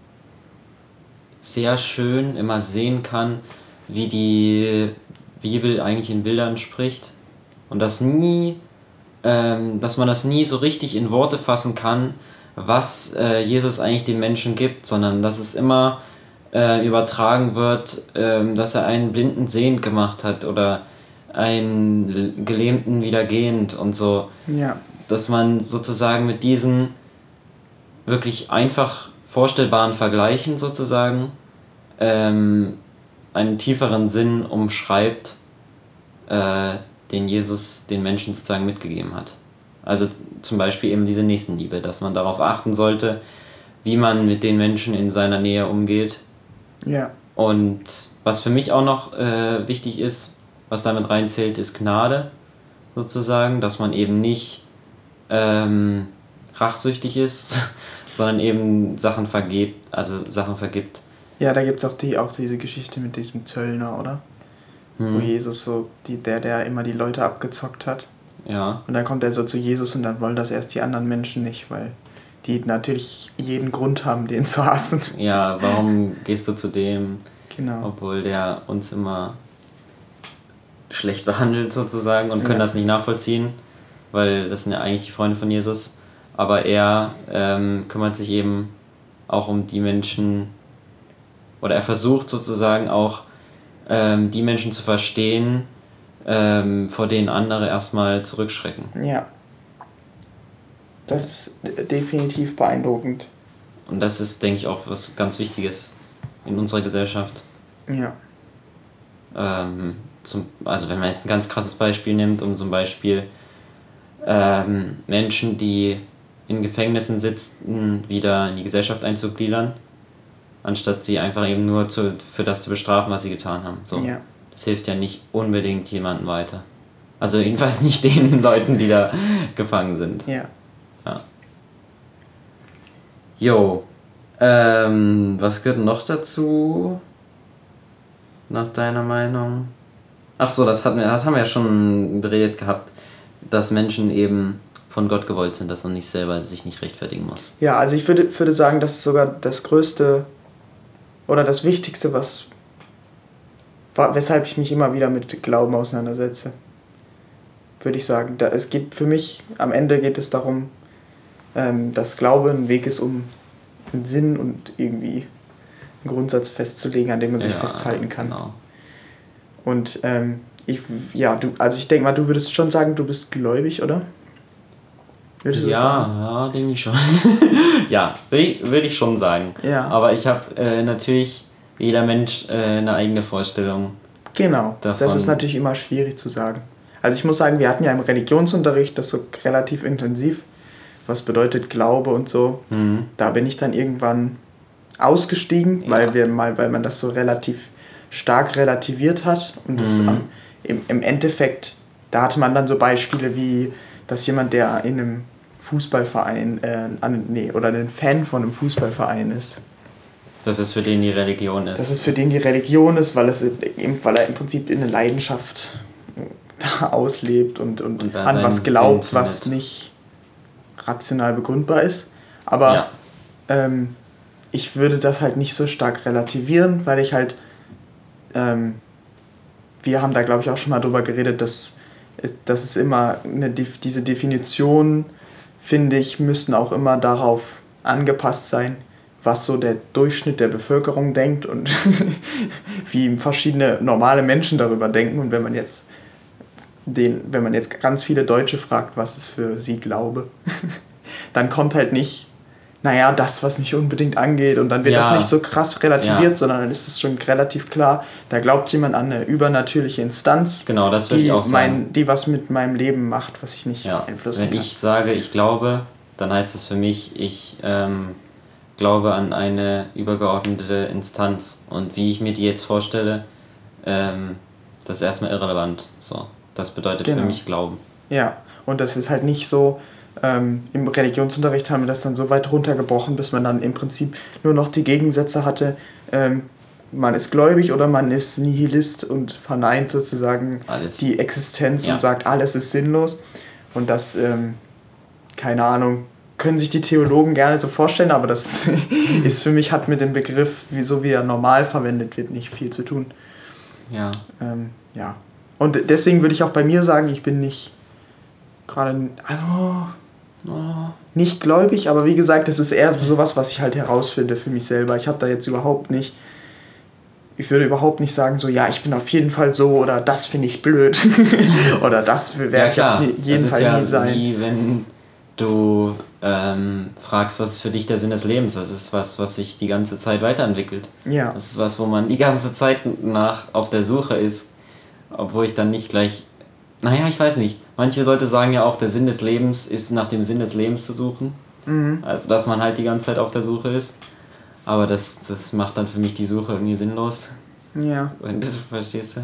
sehr schön immer sehen kann, wie die Bibel eigentlich in Bildern spricht, und dass nie, ähm, dass man das nie so richtig in Worte fassen kann, was äh, Jesus eigentlich den Menschen gibt, sondern dass es immer äh, übertragen wird, äh, dass er einen Blinden sehend gemacht hat oder einen Gelähmten wieder gehend und so. Ja. Dass man sozusagen mit diesen wirklich einfach vorstellbaren Vergleichen sozusagen ähm, einen tieferen Sinn umschreibt, äh, den Jesus den Menschen sozusagen mitgegeben hat. Also zum Beispiel eben diese Nächstenliebe, dass man darauf achten sollte, wie man mit den Menschen in seiner Nähe umgeht. Ja. Und was für mich auch noch äh, wichtig ist, was damit reinzählt, ist Gnade sozusagen, dass man eben nicht ähm, rachsüchtig ist, sondern eben Sachen vergebt, also Sachen vergibt. Ja, da gibt es auch, die, auch diese Geschichte mit diesem Zöllner, oder? Hm. Wo Jesus so, die, der, der immer die Leute abgezockt hat. Ja. Und dann kommt er so zu Jesus und dann wollen das erst die anderen Menschen nicht, weil die natürlich jeden Grund haben, den zu hassen. Ja, warum gehst du zu dem, genau. obwohl der uns immer schlecht behandelt sozusagen und können ja. das nicht nachvollziehen, weil das sind ja eigentlich die Freunde von Jesus. Aber er ähm, kümmert sich eben auch um die Menschen, oder er versucht sozusagen auch ähm, die Menschen zu verstehen, ähm, vor denen andere erstmal zurückschrecken. Ja. Das ist definitiv beeindruckend. Und das ist, denke ich, auch was ganz Wichtiges in unserer Gesellschaft. Ja. Ähm, zum, also wenn man jetzt ein ganz krasses Beispiel nimmt, um zum Beispiel ähm, Menschen, die in Gefängnissen sitzen, wieder in die Gesellschaft einzugliedern, anstatt sie einfach eben nur zu, für das zu bestrafen, was sie getan haben. So. Ja. Das hilft ja nicht unbedingt jemandem weiter. Also jedenfalls nicht den Leuten, die da gefangen sind. Ja. Ja. Jo. Ähm, was gehört noch dazu? Nach deiner Meinung? Ach so, das, hatten wir, das haben wir ja schon beredet gehabt, dass Menschen eben von Gott gewollt sind, dass man nicht selber sich nicht rechtfertigen muss. Ja, also ich würde, würde sagen, das ist sogar das Größte oder das Wichtigste, was weshalb ich mich immer wieder mit Glauben auseinandersetze. Würde ich sagen. Da, es geht für mich, am Ende geht es darum, ähm, dass Glaube ein Weg ist, um einen Sinn und irgendwie einen Grundsatz festzulegen, an dem man sich ja, festhalten kann. Genau. Und ähm, ich, ja, du, also ich denke mal, du würdest schon sagen, du bist gläubig, oder? Würdest du ja, das sagen? Ja, denke ich schon. Ja, würde ich schon sagen. Ja. Aber ich habe äh, natürlich, jeder Mensch äh, eine eigene Vorstellung. Genau, davon. Das ist natürlich immer schwierig zu sagen. Also ich muss sagen, wir hatten ja im Religionsunterricht das so relativ intensiv, was bedeutet Glaube und so. Mhm. Da bin ich dann irgendwann ausgestiegen, ja. weil wir mal, weil man das so relativ stark relativiert hat und das mhm. am, im, im Endeffekt, da hatte man dann so Beispiele wie, dass jemand, der in einem Fußballverein, äh, an, nee, oder ein Fan von einem Fußballverein ist. Dass es für den die Religion ist. Dass es für den die Religion ist, weil, es, weil er im Prinzip eine Leidenschaft da auslebt und, und, und an was glaubt, was nicht rational begründbar ist. Aber ja. ähm, ich würde das halt nicht so stark relativieren, weil ich halt, ähm, wir haben da glaube ich auch schon mal drüber geredet, dass, dass es immer eine, diese Definitionen, finde ich, müssten auch immer darauf angepasst sein, was so der Durchschnitt der Bevölkerung denkt und wie verschiedene normale Menschen darüber denken. Und wenn man jetzt den, wenn man jetzt ganz viele Deutsche fragt, was ist für sie Glaube, dann kommt halt nicht, naja, das, was nicht unbedingt angeht, und dann wird ja. das nicht so krass relativiert, ja. sondern dann ist es schon relativ klar, da glaubt jemand an eine übernatürliche Instanz, genau, das würde die, ich auch sagen. Mein, die was mit meinem Leben macht, was ich nicht ja. beeinflussen Wenn kann. Wenn ich sage, ich glaube, dann heißt das für mich, ich ähm, glaube an eine übergeordnete Instanz, und wie ich mir die jetzt vorstelle, ähm, das ist erstmal irrelevant. So, das bedeutet genau. für mich Glauben. Ja, und das ist halt nicht so, ähm, im Religionsunterricht haben wir das dann so weit runtergebrochen, bis man dann im Prinzip nur noch die Gegensätze hatte, ähm, man ist gläubig oder man ist Nihilist und verneint sozusagen alles. Die Existenz ja. und sagt, alles ist sinnlos. Und das, ähm, keine Ahnung, können sich die Theologen gerne so vorstellen, aber das ist für mich, hat mit dem Begriff, wie, so wie er normal verwendet wird, nicht viel zu tun. Ja. Ähm, ja. Und deswegen würde ich auch bei mir sagen, ich bin nicht gerade oh, oh, nicht gläubig, aber wie gesagt, das ist eher sowas, was ich halt herausfinde für mich selber. Ich habe da jetzt überhaupt nicht, ich würde überhaupt nicht sagen, so, ja, ich bin auf jeden Fall so, oder das finde ich blöd, oder das werde ja, ich auf jeden Fall ja nie sein. Wie wenn du ähm, fragst, was ist für dich der Sinn des Lebens? Das ist was, was sich die ganze Zeit weiterentwickelt. Ja. Das ist was, wo man die ganze Zeit nach auf der Suche ist, obwohl ich dann nicht gleich, naja, ich weiß nicht, manche Leute sagen ja auch, der Sinn des Lebens ist, nach dem Sinn des Lebens zu suchen. Mhm. Also, dass man halt die ganze Zeit auf der Suche ist. Aber das, das macht dann für mich die Suche irgendwie sinnlos. Ja. Verstehst du?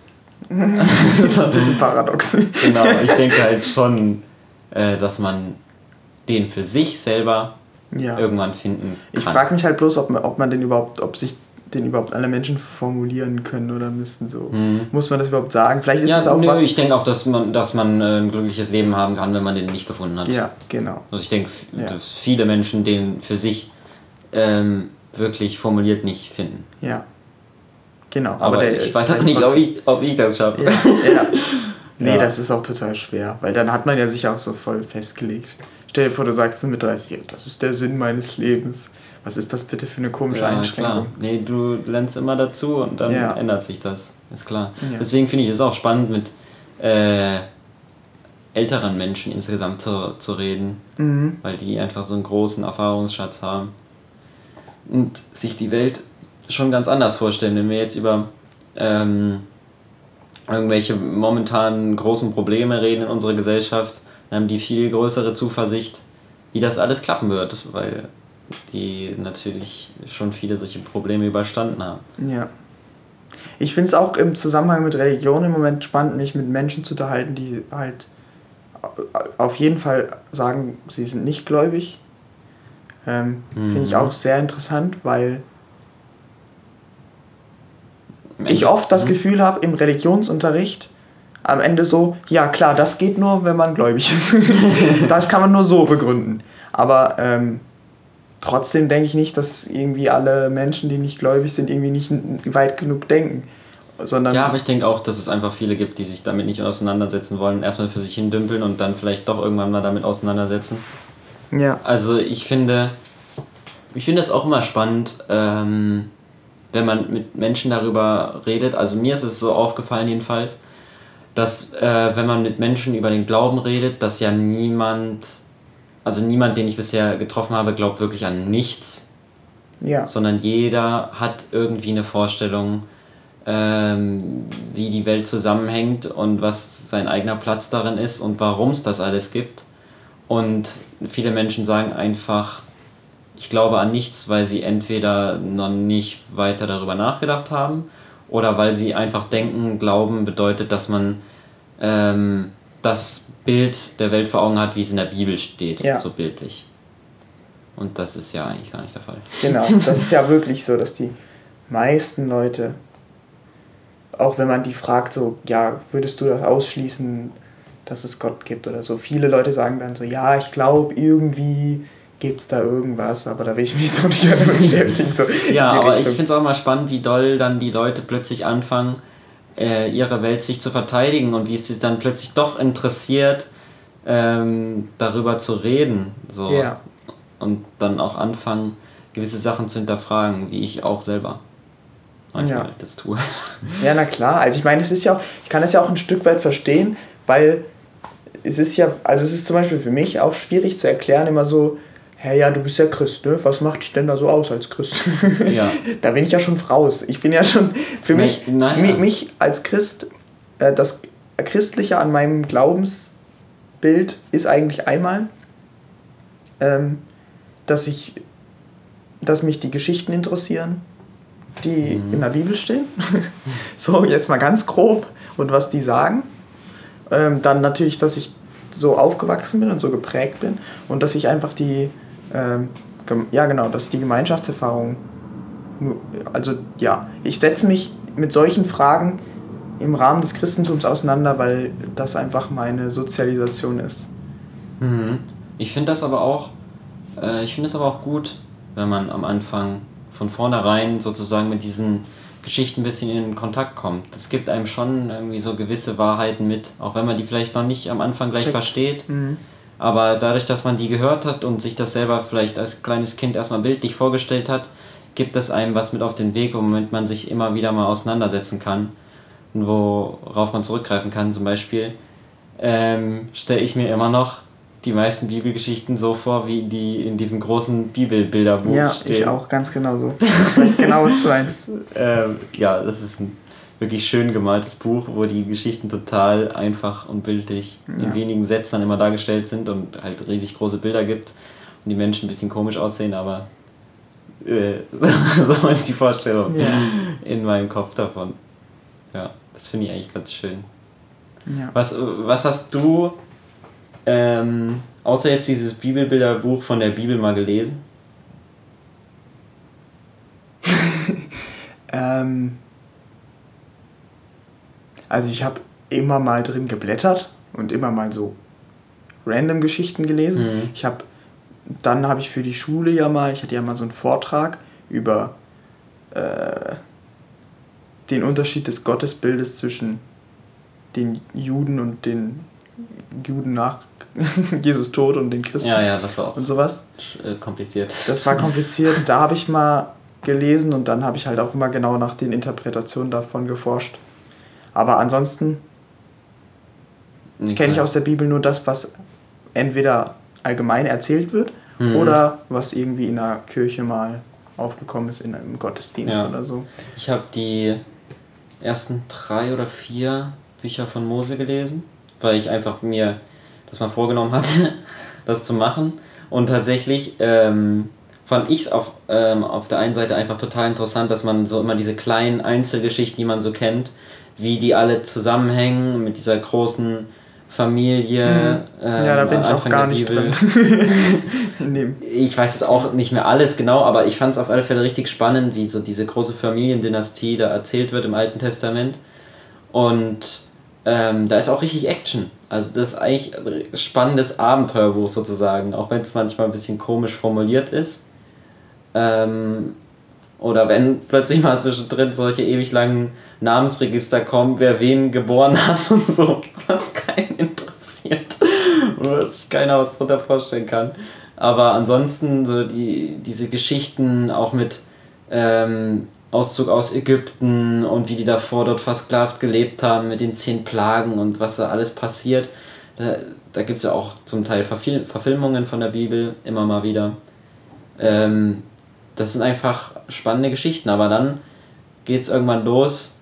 Das ist ein bisschen paradox. Genau, ich denke halt schon, äh, dass man den für sich selber ja. irgendwann finden kann. Ich frage mich halt bloß, ob man, ob man den überhaupt, ob sich den überhaupt alle Menschen formulieren können oder müssten so. Hm. Muss man das überhaupt sagen? Vielleicht ist ja, das auch nö, was... ich denke auch, dass man, dass man ein glückliches Leben haben kann, wenn man den nicht gefunden hat. Ja, genau. Also ich denke, ja. dass viele Menschen den für sich ähm, wirklich formuliert nicht finden. Ja, genau. Aber, aber der ich weiß auch nicht, ob ich, ob ich das schaffe. Ja, ja. Nee, ja. das ist auch total schwer, weil dann hat man ja sich auch so voll festgelegt. Stell dir vor, du sagst mit dreißig, ja, das ist der Sinn meines Lebens. Was ist das bitte für eine komische ja, Einschränkung? Klar. Nee, du lernst immer dazu und dann ja. ändert sich das, ist klar. Ja. Deswegen finde ich es auch spannend, mit äh, älteren Menschen insgesamt zu, zu reden, mhm. weil die einfach so einen großen Erfahrungsschatz haben und sich die Welt schon ganz anders vorstellen, wenn wir jetzt über ähm, irgendwelche momentanen großen Probleme reden in unserer Gesellschaft, dann haben die viel größere Zuversicht, wie das alles klappen wird, weil die natürlich schon viele solche Probleme überstanden haben. Ja. Ich finde es auch im Zusammenhang mit Religion im Moment spannend, mich mit Menschen zu unterhalten, die halt auf jeden Fall sagen, sie sind nicht gläubig. Ähm, mhm. Finde ich auch sehr interessant, weil ich oft das Gefühl habe, im Religionsunterricht am Ende so, ja klar, das geht nur, wenn man gläubig ist. Das kann man nur so begründen. Aber ähm, trotzdem denke ich nicht, dass irgendwie alle Menschen, die nicht gläubig sind, irgendwie nicht weit genug denken. Sondern ja, aber ich denke auch, dass es einfach viele gibt, die sich damit nicht auseinandersetzen wollen, erstmal für sich hindümpeln und dann vielleicht doch irgendwann mal damit auseinandersetzen. Ja. Also ich finde, ich finde es auch immer spannend, ähm, wenn man mit Menschen darüber redet. Also mir ist es so aufgefallen jedenfalls, dass äh, wenn man mit Menschen über den Glauben redet, dass ja niemand, also niemand, den ich bisher getroffen habe, glaubt wirklich an nichts. Ja. Sondern jeder hat irgendwie eine Vorstellung, ähm, wie die Welt zusammenhängt und was sein eigener Platz darin ist und warum es das alles gibt. Und viele Menschen sagen einfach, ich glaube an nichts, weil sie entweder noch nicht weiter darüber nachgedacht haben oder weil sie einfach denken, Glauben bedeutet, dass man ähm, das Bild der Welt vor Augen hat, wie es in der Bibel steht, ja. so bildlich. Und das ist ja eigentlich gar nicht der Fall. Genau, das ist ja wirklich so, dass die meisten Leute, auch wenn man die fragt, so, ja, würdest du das ausschließen, dass es Gott gibt oder so, viele Leute sagen dann so, ja, ich glaube, irgendwie gibt es da irgendwas, aber da will ich mich so nicht mehr damit beschäftigen. So ja, aber Richtung. Ich finde es auch mal spannend, wie doll dann die Leute plötzlich anfangen, äh, ihre Welt sich zu verteidigen und wie es sie dann plötzlich doch interessiert, ähm, darüber zu reden. So. Ja. Und dann auch anfangen, gewisse Sachen zu hinterfragen, wie ich auch selber manchmal ja. das tue. Ja, na klar. Also ich meine, es ist ja auch, ich kann es ja auch ein Stück weit verstehen, weil es ist ja, also es ist zum Beispiel für mich auch schwierig zu erklären, immer so, hä, ja, du bist ja Christ, ne? Was macht dich denn da so aus als Christ? Ja. Da bin ich ja schon raus. Ich bin ja schon, für nein, mich, nein, mich, ja. mich als Christ, äh, das Christliche an meinem Glaubensbild ist eigentlich einmal, ähm, dass ich, dass mich die Geschichten interessieren, die mhm. in der Bibel stehen. So, jetzt mal ganz grob. Und was die sagen. Ähm, dann natürlich, dass ich so aufgewachsen bin und so geprägt bin. Und dass ich einfach die, ähm, gem- ja genau, dass ich die Gemeinschaftserfahrung, also ja, ich setze mich mit solchen Fragen im Rahmen des Christentums auseinander, weil das einfach meine Sozialisation ist. Mhm. Ich finde das aber auch, äh, ich finde es aber auch gut, wenn man am Anfang von vornherein sozusagen mit diesen Geschichten ein bisschen in Kontakt kommt. Das gibt einem schon irgendwie so gewisse Wahrheiten mit, auch wenn man die vielleicht noch nicht am Anfang gleich Check. versteht. Mhm. Aber dadurch, dass man die gehört hat und sich das selber vielleicht als kleines Kind erstmal bildlich vorgestellt hat, gibt es einem was mit auf den Weg, womit man sich immer wieder mal auseinandersetzen kann und worauf man zurückgreifen kann. Zum Beispiel ähm, stelle ich mir immer noch die meisten Bibelgeschichten so vor, wie die in diesem großen Bibelbilderbuch ja, stehen. Ja, ich auch, ganz genau so. Ich weiß genau, was du meinst. ähm, ja, das ist ein wirklich schön gemaltes Buch, wo die Geschichten total einfach und bildlich ja. in wenigen Sätzen dann immer dargestellt sind und halt riesig große Bilder gibt und die Menschen ein bisschen komisch aussehen, aber äh, so ist die Vorstellung ja. in meinem Kopf davon. Ja, das finde ich eigentlich ganz schön. Ja. Was, was hast du Ähm, außer jetzt dieses Bibelbilderbuch von der Bibel mal gelesen? ähm, also ich habe immer mal drin geblättert und immer mal so random Geschichten gelesen. Mhm. Ich habe, dann habe ich für die Schule ja mal, ich hatte ja mal so einen Vortrag über äh, den Unterschied des Gottesbildes zwischen den Juden und den Juden nach Jesus Tod und den Christen. Ja, ja, das war auch und sowas. kompliziert. Das war kompliziert. Da habe ich mal gelesen und dann habe ich halt auch immer genau nach den Interpretationen davon geforscht. Aber ansonsten kenne ich aus der Bibel nur das, was entweder allgemein erzählt wird mhm. oder was irgendwie in der Kirche mal aufgekommen ist in einem Gottesdienst Ja. oder so. Ich habe die ersten drei oder vier Bücher von Mose gelesen, weil ich einfach mir das mal vorgenommen hatte, das zu machen. Und tatsächlich ähm, fand ich es auf, ähm, auf der einen Seite einfach total interessant, dass man so immer diese kleinen Einzelgeschichten, die man so kennt, wie die alle zusammenhängen mit dieser großen Familie. Mhm. Ähm, ja, da bin ich auch gar nicht drin. In dem. Ich weiß jetzt auch nicht mehr alles genau, aber ich fand es auf alle Fälle richtig spannend, wie so diese große Familiendynastie da erzählt wird im Alten Testament. Und ähm, da ist auch richtig Action. Also das ist eigentlich ein spannendes Abenteuerbuch sozusagen, auch wenn es manchmal ein bisschen komisch formuliert ist. Ähm, oder wenn plötzlich mal zwischendrin solche ewig langen Namensregister kommen, wer wen geboren hat und so, was keinen interessiert und was sich keiner was drunter vorstellen kann. Aber ansonsten so die, diese Geschichten auch mit ähm, Auszug aus Ägypten und wie die davor dort versklavt gelebt haben mit den zehn Plagen und was da alles passiert. Da, da gibt es ja auch zum Teil Verfil- Verfilmungen von der Bibel, immer mal wieder. Ähm, das sind einfach spannende Geschichten, aber dann geht es irgendwann los,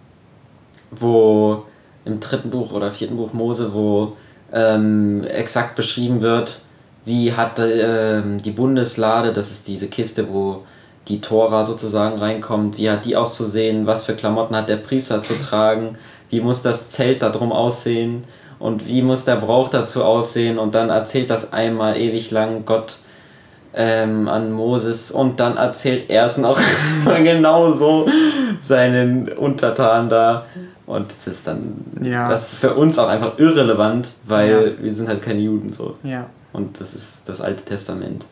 wo im dritten Buch oder vierten Buch Mose, wo ähm, exakt beschrieben wird, wie hat äh, die Bundeslade, das ist diese Kiste, wo die Tora sozusagen reinkommt, wie hat die auszusehen, was für Klamotten hat der Priester zu tragen, wie muss das Zelt da drum aussehen und wie muss der Brauch dazu aussehen, und dann erzählt das einmal ewig lang Gott ähm, an Moses und dann erzählt er es noch genau so seinen Untertanen da, und das ist dann ja. das ist für uns auch einfach irrelevant, weil ja. wir sind halt keine Juden so. Ja. Und das ist das Alte Testament.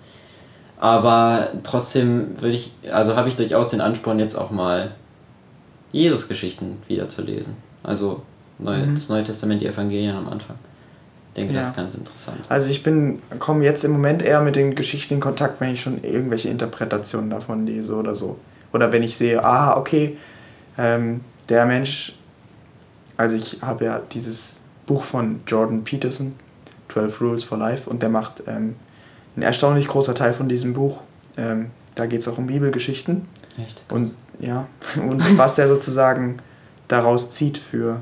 Aber trotzdem würde ich, also habe ich durchaus den Ansporn, jetzt auch mal Jesus-Geschichten wieder zu lesen. Also Neu, mhm. das Neue Testament, die Evangelien am Anfang. Ich denke, ja. das ist ganz interessant. Also ich bin komme jetzt im Moment eher mit den Geschichten in Kontakt, wenn ich schon irgendwelche Interpretationen davon lese oder so. Oder wenn ich sehe, ah, okay, ähm, der Mensch, also ich habe ja dieses Buch von Jordan Peterson, twelve Rules for Life, und der macht ähm, ein erstaunlich großer Teil von diesem Buch. Ähm, da geht es auch um Bibelgeschichten. Echt? Und ja, und was er sozusagen daraus zieht für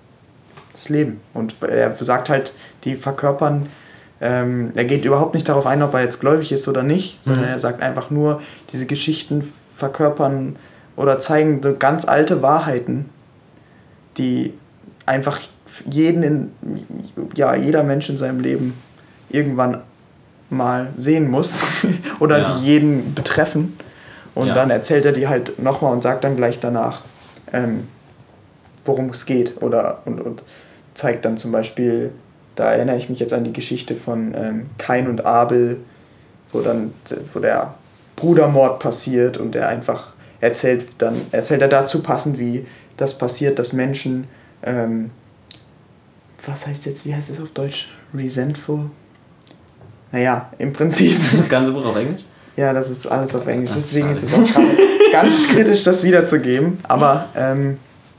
das Leben. Und er sagt halt, die verkörpern, ähm, er geht überhaupt nicht darauf ein, ob er jetzt gläubig ist oder nicht, sondern mhm. er sagt einfach nur, diese Geschichten verkörpern oder zeigen so ganz alte Wahrheiten, die einfach jeden in, ja, jeder Mensch in seinem Leben irgendwann mal sehen muss oder ja. die jeden betreffen. Und ja. dann erzählt er die halt nochmal und sagt dann gleich danach, ähm, worum es geht. Oder und, und zeigt dann zum Beispiel, da erinnere ich mich jetzt an die Geschichte von ähm, Kain und Abel, wo dann wo der Brudermord passiert, und er einfach erzählt dann erzählt er dazu passend, wie das passiert, dass Menschen ähm, was heißt jetzt, wie heißt es auf Deutsch? Resentful? Naja, im Prinzip. Das ganze Buch auf Englisch? Ja, das ist alles auf Englisch, deswegen ist es auch gerade ganz kritisch, das wiederzugeben. Aber, ähm,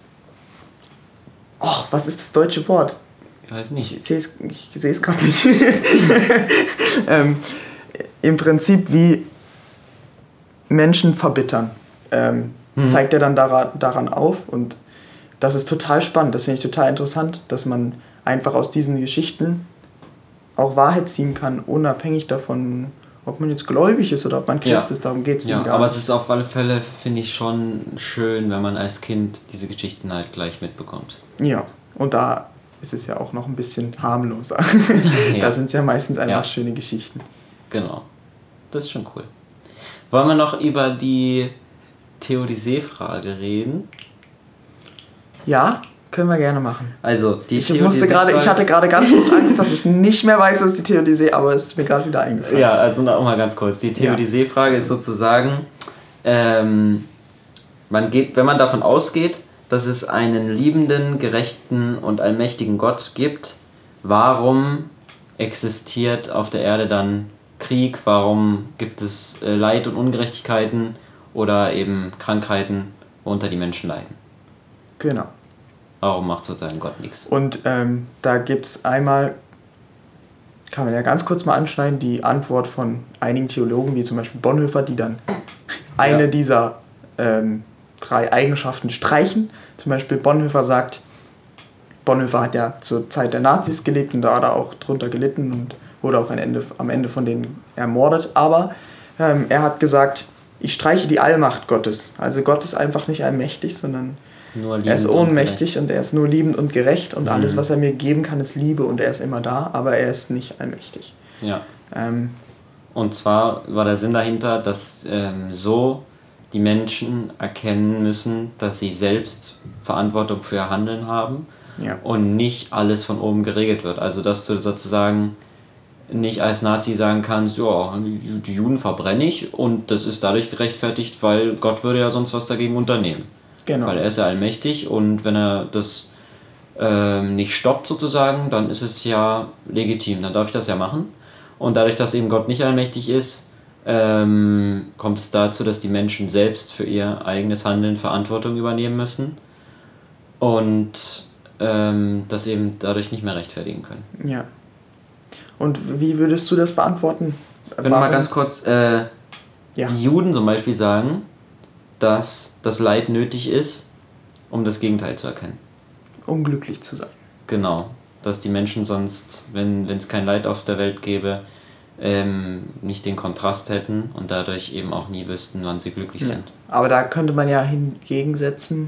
oh, was ist das deutsche Wort? Ich weiß nicht. Ich sehe es ich sehe es gerade nicht. ähm, Im Prinzip wie Menschen verbittern, ähm, hm. zeigt er dann daran, daran auf, und das ist total spannend, das finde ich total interessant, dass man einfach aus diesen Geschichten auch Wahrheit ziehen kann, unabhängig davon, ob man jetzt gläubig ist oder ob man Christ ja. ist, darum geht es ja, ihm gar aber nicht. Es ist auf alle Fälle, finde ich, schon schön, wenn man als Kind diese Geschichten halt gleich mitbekommt. Ja, und da ist es ja auch noch ein bisschen harmloser. Ja. Da sind es ja meistens einfach ja. schöne Geschichten. Genau, das ist schon cool. Wollen wir noch über die Theodizee-Frage reden? Ja, können wir gerne machen. Also, die ich, musste grade, ich hatte gerade ganz gut Angst, dass ich nicht mehr weiß, was die Theodizee, aber es ist mir gerade wieder eingefallen. Ja, also noch mal ganz kurz. Die Theodizee-Frage ja. ist sozusagen, ähm, man geht, wenn man davon ausgeht, dass es einen liebenden, gerechten und allmächtigen Gott gibt, warum existiert auf der Erde dann Krieg? Warum gibt es äh, Leid und Ungerechtigkeiten oder eben Krankheiten, worunter die Menschen leiden? Genau. Warum macht sozusagen Gott nichts? Und ähm, da gibt es einmal, kann man ja ganz kurz mal anschneiden, die Antwort von einigen Theologen, wie zum Beispiel Bonhoeffer, die dann eine Ja. dieser ähm, drei Eigenschaften streichen. Zum Beispiel Bonhoeffer sagt, Bonhoeffer hat ja zur Zeit der Nazis gelebt und da hat er auch drunter gelitten und wurde auch ein Ende, am Ende von denen ermordet. Aber ähm, er hat gesagt, ich streiche die Allmacht Gottes. Also Gott ist einfach nicht allmächtig, sondern Nur er ist liebend und ohnmächtig und, und er ist nur liebend und gerecht und Mhm. alles, was er mir geben kann, ist Liebe und er ist immer da, aber er ist nicht allmächtig. Ja. Ähm, Und zwar war der Sinn dahinter, dass ähm, so die Menschen erkennen müssen, dass sie selbst Verantwortung für ihr Handeln haben ja. und nicht alles von oben geregelt wird. Also dass du sozusagen nicht als Nazi sagen kannst, ja, die Juden verbrenne ich und das ist dadurch gerechtfertigt, weil Gott würde ja sonst was dagegen unternehmen. Genau. Weil er ist ja allmächtig und wenn er das ähm, nicht stoppt sozusagen, dann ist es ja legitim, dann darf ich das ja machen. Und dadurch, dass eben Gott nicht allmächtig ist, ähm, kommt es dazu, dass die Menschen selbst für ihr eigenes Handeln Verantwortung übernehmen müssen und ähm, das eben dadurch nicht mehr rechtfertigen können. Ja. Und wie würdest du das beantworten? Wenn wir mal ganz kurz, äh, ja. die Juden zum Beispiel sagen, dass das Leid nötig ist, um das Gegenteil zu erkennen. Um glücklich zu sein. Genau, dass die Menschen sonst, wenn es kein Leid auf der Welt gäbe, ähm, nicht den Kontrast hätten und dadurch eben auch nie wüssten, wann sie glücklich Ja. sind. Aber da könnte man ja hingegensetzen,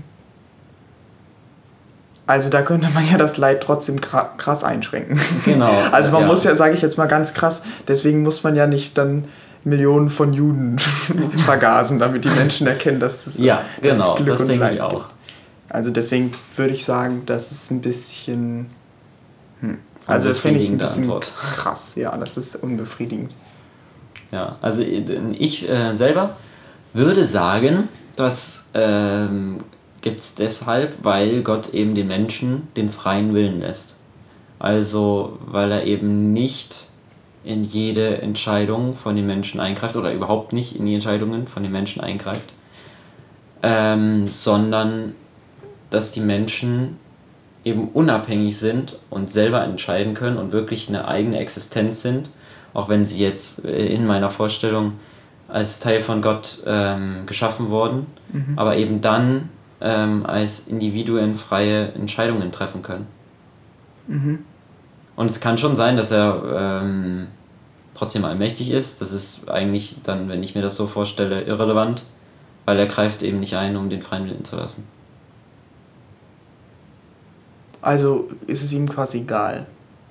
also da könnte man ja das Leid trotzdem krass einschränken. Genau. Also man ja. muss ja, sage ich jetzt mal ganz krass, deswegen muss man ja nicht dann Millionen von Juden vergasen, damit die Menschen erkennen, dass es, ja, genau, dass es Glück das und denke Leid ich auch. gibt. Also deswegen würde ich sagen, das ist ein bisschen... Hm. Also das finde ich ein bisschen Antwort. krass, ja, das ist unbefriedigend. Ja, also ich äh, selber würde sagen, das ähm, gibt es deshalb, weil Gott eben den Menschen den freien Willen lässt. Also weil er eben nicht in jede Entscheidung von den Menschen eingreift oder überhaupt nicht in die Entscheidungen von den Menschen eingreift, ähm, sondern dass die Menschen eben unabhängig sind und selber entscheiden können und wirklich eine eigene Existenz sind, auch wenn sie jetzt in meiner Vorstellung als Teil von Gott ähm, geschaffen wurden, Mhm. aber eben dann ähm, als Individuen freie Entscheidungen treffen können. Mhm. Und es kann schon sein, dass er ähm, trotzdem allmächtig ist. Das ist eigentlich dann, wenn ich mir das so vorstelle, irrelevant, weil er greift eben nicht ein, um den freien Willen zu lassen. Also ist es ihm quasi egal?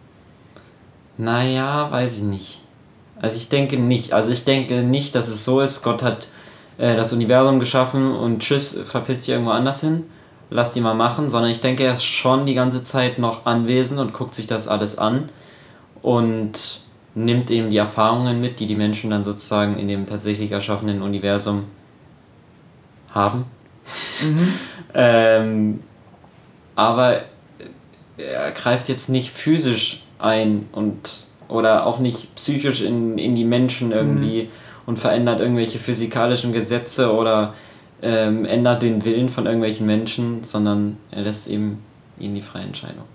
Naja, weiß ich nicht. Also ich denke nicht. Also ich denke nicht, dass es so ist, Gott hat äh, das Universum geschaffen und tschüss, verpiss dich irgendwo anders hin, lass die mal machen, sondern ich denke, er ist schon die ganze Zeit noch anwesend und guckt sich das alles an und nimmt eben die Erfahrungen mit, die die Menschen dann sozusagen in dem tatsächlich erschaffenen Universum haben. Mhm. ähm, aber er greift jetzt nicht physisch ein und oder auch nicht psychisch in, in die Menschen irgendwie mhm. und verändert irgendwelche physikalischen Gesetze oder ähm, ändert den Willen von irgendwelchen Menschen, sondern er lässt eben ihnen die freie Entscheidung.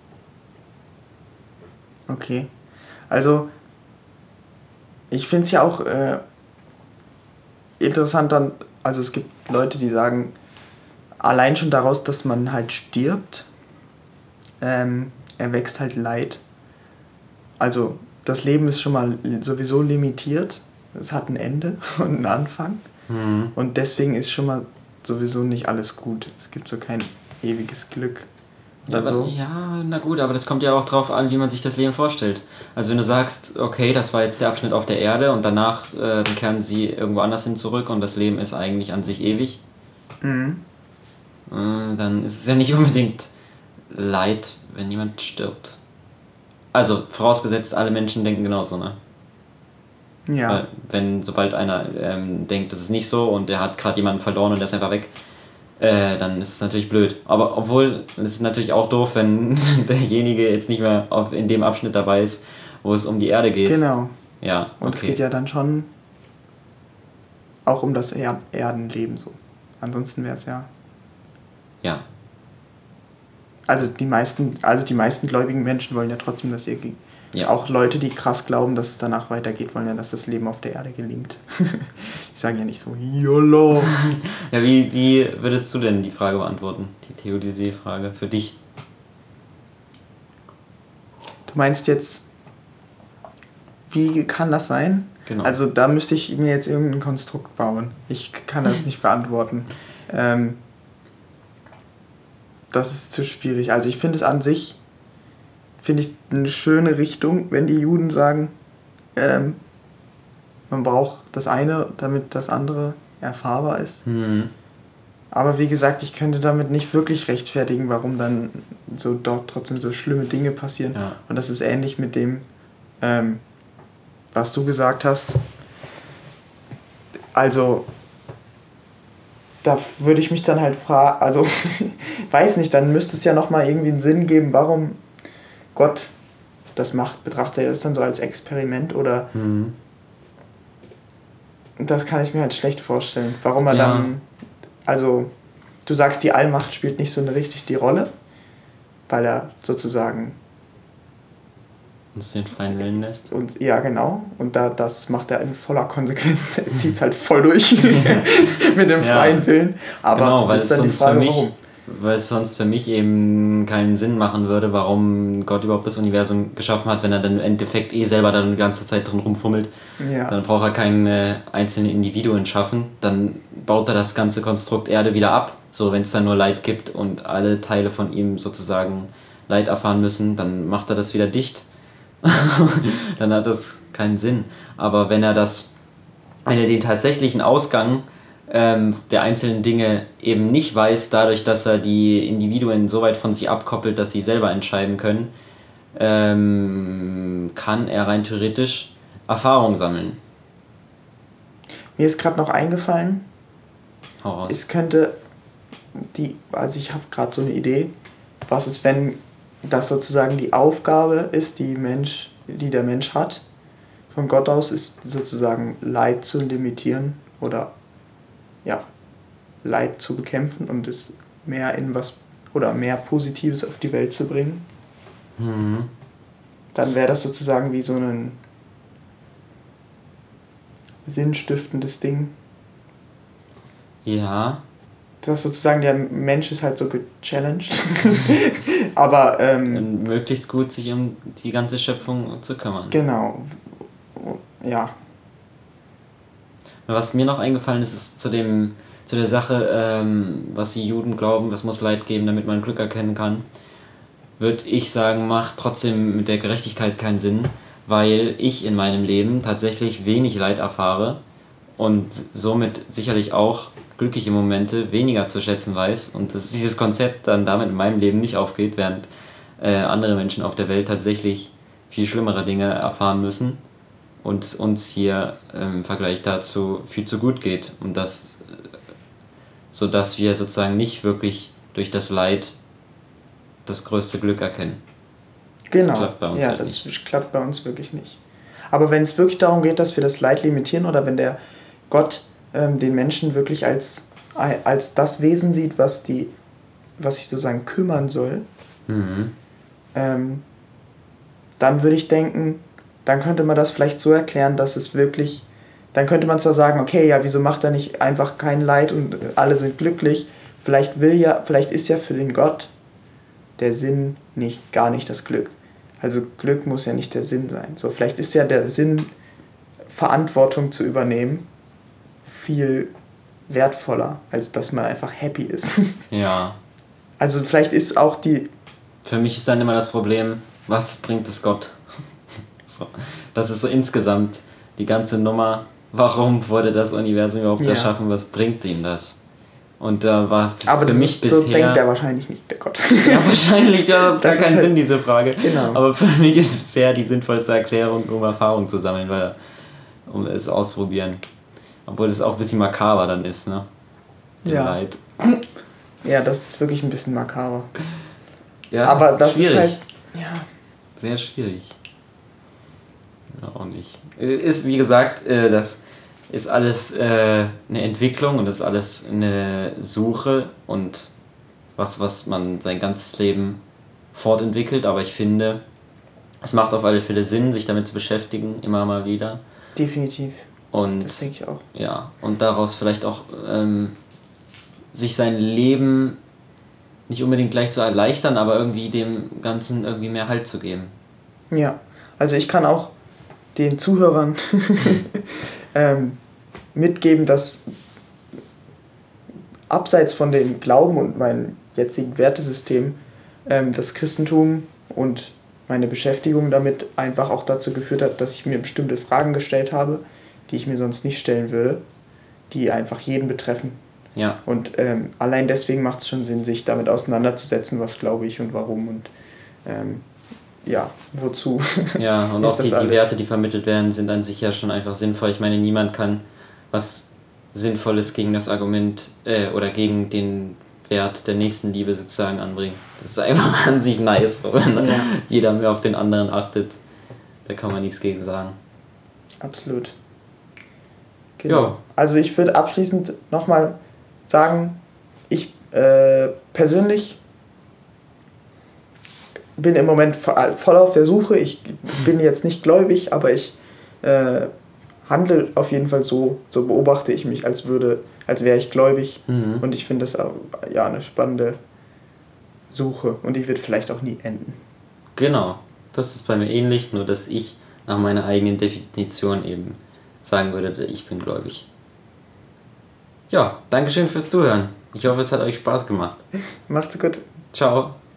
Okay. Also ich finde es ja auch äh, interessant dann, also es gibt Leute, die sagen, allein schon daraus, dass man halt stirbt, ähm, erwächst halt Leid. Also das Leben ist schon mal sowieso limitiert, es hat ein Ende und einen Anfang Mhm. und deswegen ist schon mal sowieso nicht alles gut. Es gibt so kein ewiges Glück. Oder Ja, so. aber, ja, na gut, aber das kommt ja auch drauf an, wie man sich das Leben vorstellt. Also wenn du sagst, okay, das war jetzt der Abschnitt auf der Erde und danach äh, kehren sie irgendwo anders hin zurück und das Leben ist eigentlich an sich ewig, Mhm. äh, dann ist es ja nicht unbedingt Leid, wenn jemand stirbt. Also vorausgesetzt, alle Menschen denken genauso, ne? Ja. Weil wenn, sobald einer ähm, denkt, das ist nicht so und der hat gerade jemanden verloren und der ist einfach weg, Äh, dann ist es natürlich blöd. Aber obwohl, es ist natürlich auch doof, wenn derjenige jetzt nicht mehr auf, in dem Abschnitt dabei ist, wo es um die Erde geht. Genau. Ja, Und es okay. geht ja dann schon auch um das er- Erdenleben so. Ansonsten wäre es ja... Ja. Also die meisten, also die meisten gläubigen Menschen wollen ja trotzdem, dass ihr Ja. Auch Leute, die krass glauben, dass es danach weitergeht, wollen ja, dass das Leben auf der Erde gelingt. Die sagen ja nicht so, YOLO. Ja, wie, wie würdest du denn die Frage beantworten? Die Theodizee-Frage für dich? Du meinst jetzt, wie kann das sein? Genau. Also da müsste ich mir jetzt irgendein Konstrukt bauen. Ich kann das nicht beantworten. Ähm, das ist zu schwierig. Also ich finde es an sich, finde ich eine schöne Richtung, wenn die Juden sagen, ähm, man braucht das eine, damit das andere erfahrbar ist. Mhm. Aber wie gesagt, ich könnte damit nicht wirklich rechtfertigen, warum dann so dort trotzdem so schlimme Dinge passieren. Ja. Und das ist ähnlich mit dem, ähm, was du gesagt hast. Also, da würde ich mich dann halt fragen, also, weiß nicht, dann müsste es ja nochmal irgendwie einen Sinn geben, warum Gott das macht. Betrachtet er das dann so als Experiment oder... Mhm. Das kann ich mir halt schlecht vorstellen. Warum er Ja. dann... Also, du sagst, die Allmacht spielt nicht so eine richtig die Rolle, weil er sozusagen... Uns den freien Willen lässt. Und, ja, genau. Und da, das macht er in voller Konsequenz. Er zieht es halt voll durch mit dem Ja. freien Willen. Aber Genau, weil das es ist dann die sonst für Frage, mich, warum. weil es sonst für mich eben keinen Sinn machen würde, warum Gott überhaupt das Universum geschaffen hat, wenn er dann im Endeffekt eh selber dann die ganze Zeit drin rumfummelt. Ja. Dann braucht er keine einzelnen Individuen schaffen. Dann baut er das ganze Konstrukt Erde wieder ab. So, wenn es dann nur Leid gibt und alle Teile von ihm sozusagen Leid erfahren müssen, dann macht er das wieder dicht. Dann hat das keinen Sinn. Aber wenn er das, wenn er den tatsächlichen Ausgang ähm, der einzelnen Dinge eben nicht weiß, dadurch, dass er die Individuen so weit von sich abkoppelt, dass sie selber entscheiden können, ähm, kann er rein theoretisch Erfahrung sammeln. Mir ist gerade noch eingefallen, Hau raus. es könnte die, also ich habe gerade so eine Idee, was ist, wenn das sozusagen die Aufgabe ist, die Mensch, die der Mensch hat, von Gott aus, ist sozusagen Leid zu limitieren oder ja, Leid zu bekämpfen und es mehr in was oder mehr Positives auf die Welt zu bringen. Mhm. Dann wäre das sozusagen wie so ein sinnstiftendes Ding. Ja. Das sozusagen, der Mensch ist halt so gechallenged. Aber, ähm, Und möglichst gut sich um die ganze Schöpfung zu kümmern. genau. Ja. Was mir noch eingefallen ist, ist zu dem zu der Sache, ähm, was die Juden glauben, es muss Leid geben, damit man Glück erkennen kann, würde ich sagen, macht trotzdem mit der Gerechtigkeit keinen Sinn, weil ich in meinem Leben tatsächlich wenig Leid erfahre und somit sicherlich auch glückliche Momente weniger zu schätzen weiß und dass dieses Konzept dann damit in meinem Leben nicht aufgeht, während äh, andere Menschen auf der Welt tatsächlich viel schlimmere Dinge erfahren müssen und uns hier im Vergleich dazu viel zu gut geht und das, so dass wir sozusagen nicht wirklich durch das Leid das größte Glück erkennen. Genau. Das klappt bei uns ja, halt das nicht. klappt bei uns wirklich nicht. Aber wenn es wirklich darum geht, dass wir das Leid limitieren oder wenn der Gott ähm, den Menschen wirklich als, als das Wesen sieht, was die, was sich sozusagen kümmern soll, Mhm. ähm, dann würde ich denken, dann könnte man das vielleicht so erklären, dass es wirklich, dann könnte man zwar sagen, okay, ja, wieso macht er nicht einfach kein Leid und alle sind glücklich? Vielleicht will ja, vielleicht ist ja für den Gott der Sinn nicht, gar nicht das Glück. Also Glück muss ja nicht der Sinn sein. So, vielleicht ist ja der Sinn, Verantwortung zu übernehmen, viel wertvoller, als dass man einfach happy ist. Ja. Also vielleicht ist auch die... Für mich ist dann immer das Problem, was bringt es Gott? So. Das ist so insgesamt die ganze Nummer, warum wurde das Universum überhaupt Ja. erschaffen, was bringt ihm das? Und da war Aber für das mich ist, so bisher... denkt er wahrscheinlich nicht, der Gott. Ja, wahrscheinlich, ja, das hat gar Das ist keinen halt- Sinn, diese Frage. Genau. Aber für mich ist bisher die sinnvollste Erklärung, um Erfahrung zu sammeln, weil, um es auszuprobieren. Obwohl es auch ein bisschen makaber dann ist, ne? Im Ja. Leid. Ja, das ist wirklich ein bisschen makaber. Ja, Aber das schwierig. ist halt... Ja. Sehr schwierig. Ja, auch nicht. Ist, wie gesagt, äh, das ist alles äh, eine Entwicklung und das ist alles eine Suche und was, was man sein ganzes Leben fortentwickelt. Aber ich finde, es macht auf alle Fälle Sinn, sich damit zu beschäftigen, immer mal wieder. Definitiv. Und, das denke ich auch. Ja, und daraus vielleicht auch ähm, sich sein Leben nicht unbedingt gleich zu erleichtern, aber irgendwie dem Ganzen irgendwie mehr Halt zu geben. Ja, also ich kann auch den Zuhörern ähm, mitgeben, dass abseits von dem Glauben und meinem jetzigen Wertesystem ähm, das Christentum und meine Beschäftigung damit einfach auch dazu geführt hat, dass ich mir bestimmte Fragen gestellt habe, die ich mir sonst nicht stellen würde, die einfach jeden betreffen. Ja. Und ähm, allein deswegen macht es schon Sinn, sich damit auseinanderzusetzen, was glaube ich und warum und ähm, ja, wozu. Ja, und auch die, die Werte, die vermittelt werden, sind an sich ja schon einfach sinnvoll. Ich meine, niemand kann was Sinnvolles gegen das Argument äh, oder gegen den Wert der Nächstenliebe sozusagen anbringen. Das ist einfach an sich nice, wenn ja. jeder mehr auf den anderen achtet. Da kann man nichts gegen sagen. Absolut. Genau. Ja. Also ich würde abschließend nochmal sagen, ich äh, persönlich bin im Moment voll auf der Suche. Ich bin jetzt nicht gläubig, aber ich äh, handle auf jeden Fall so, so beobachte ich mich, als würde, als wäre ich gläubig. Mhm. Und ich finde das auch, ja, eine spannende Suche und die wird vielleicht auch nie enden. Genau, das ist bei mir ähnlich, nur dass ich nach meiner eigenen Definition eben sagen würde, ich bin gläubig. Ja, Dankeschön fürs Zuhören. Ich hoffe, es hat euch Spaß gemacht. Macht's gut. Ciao.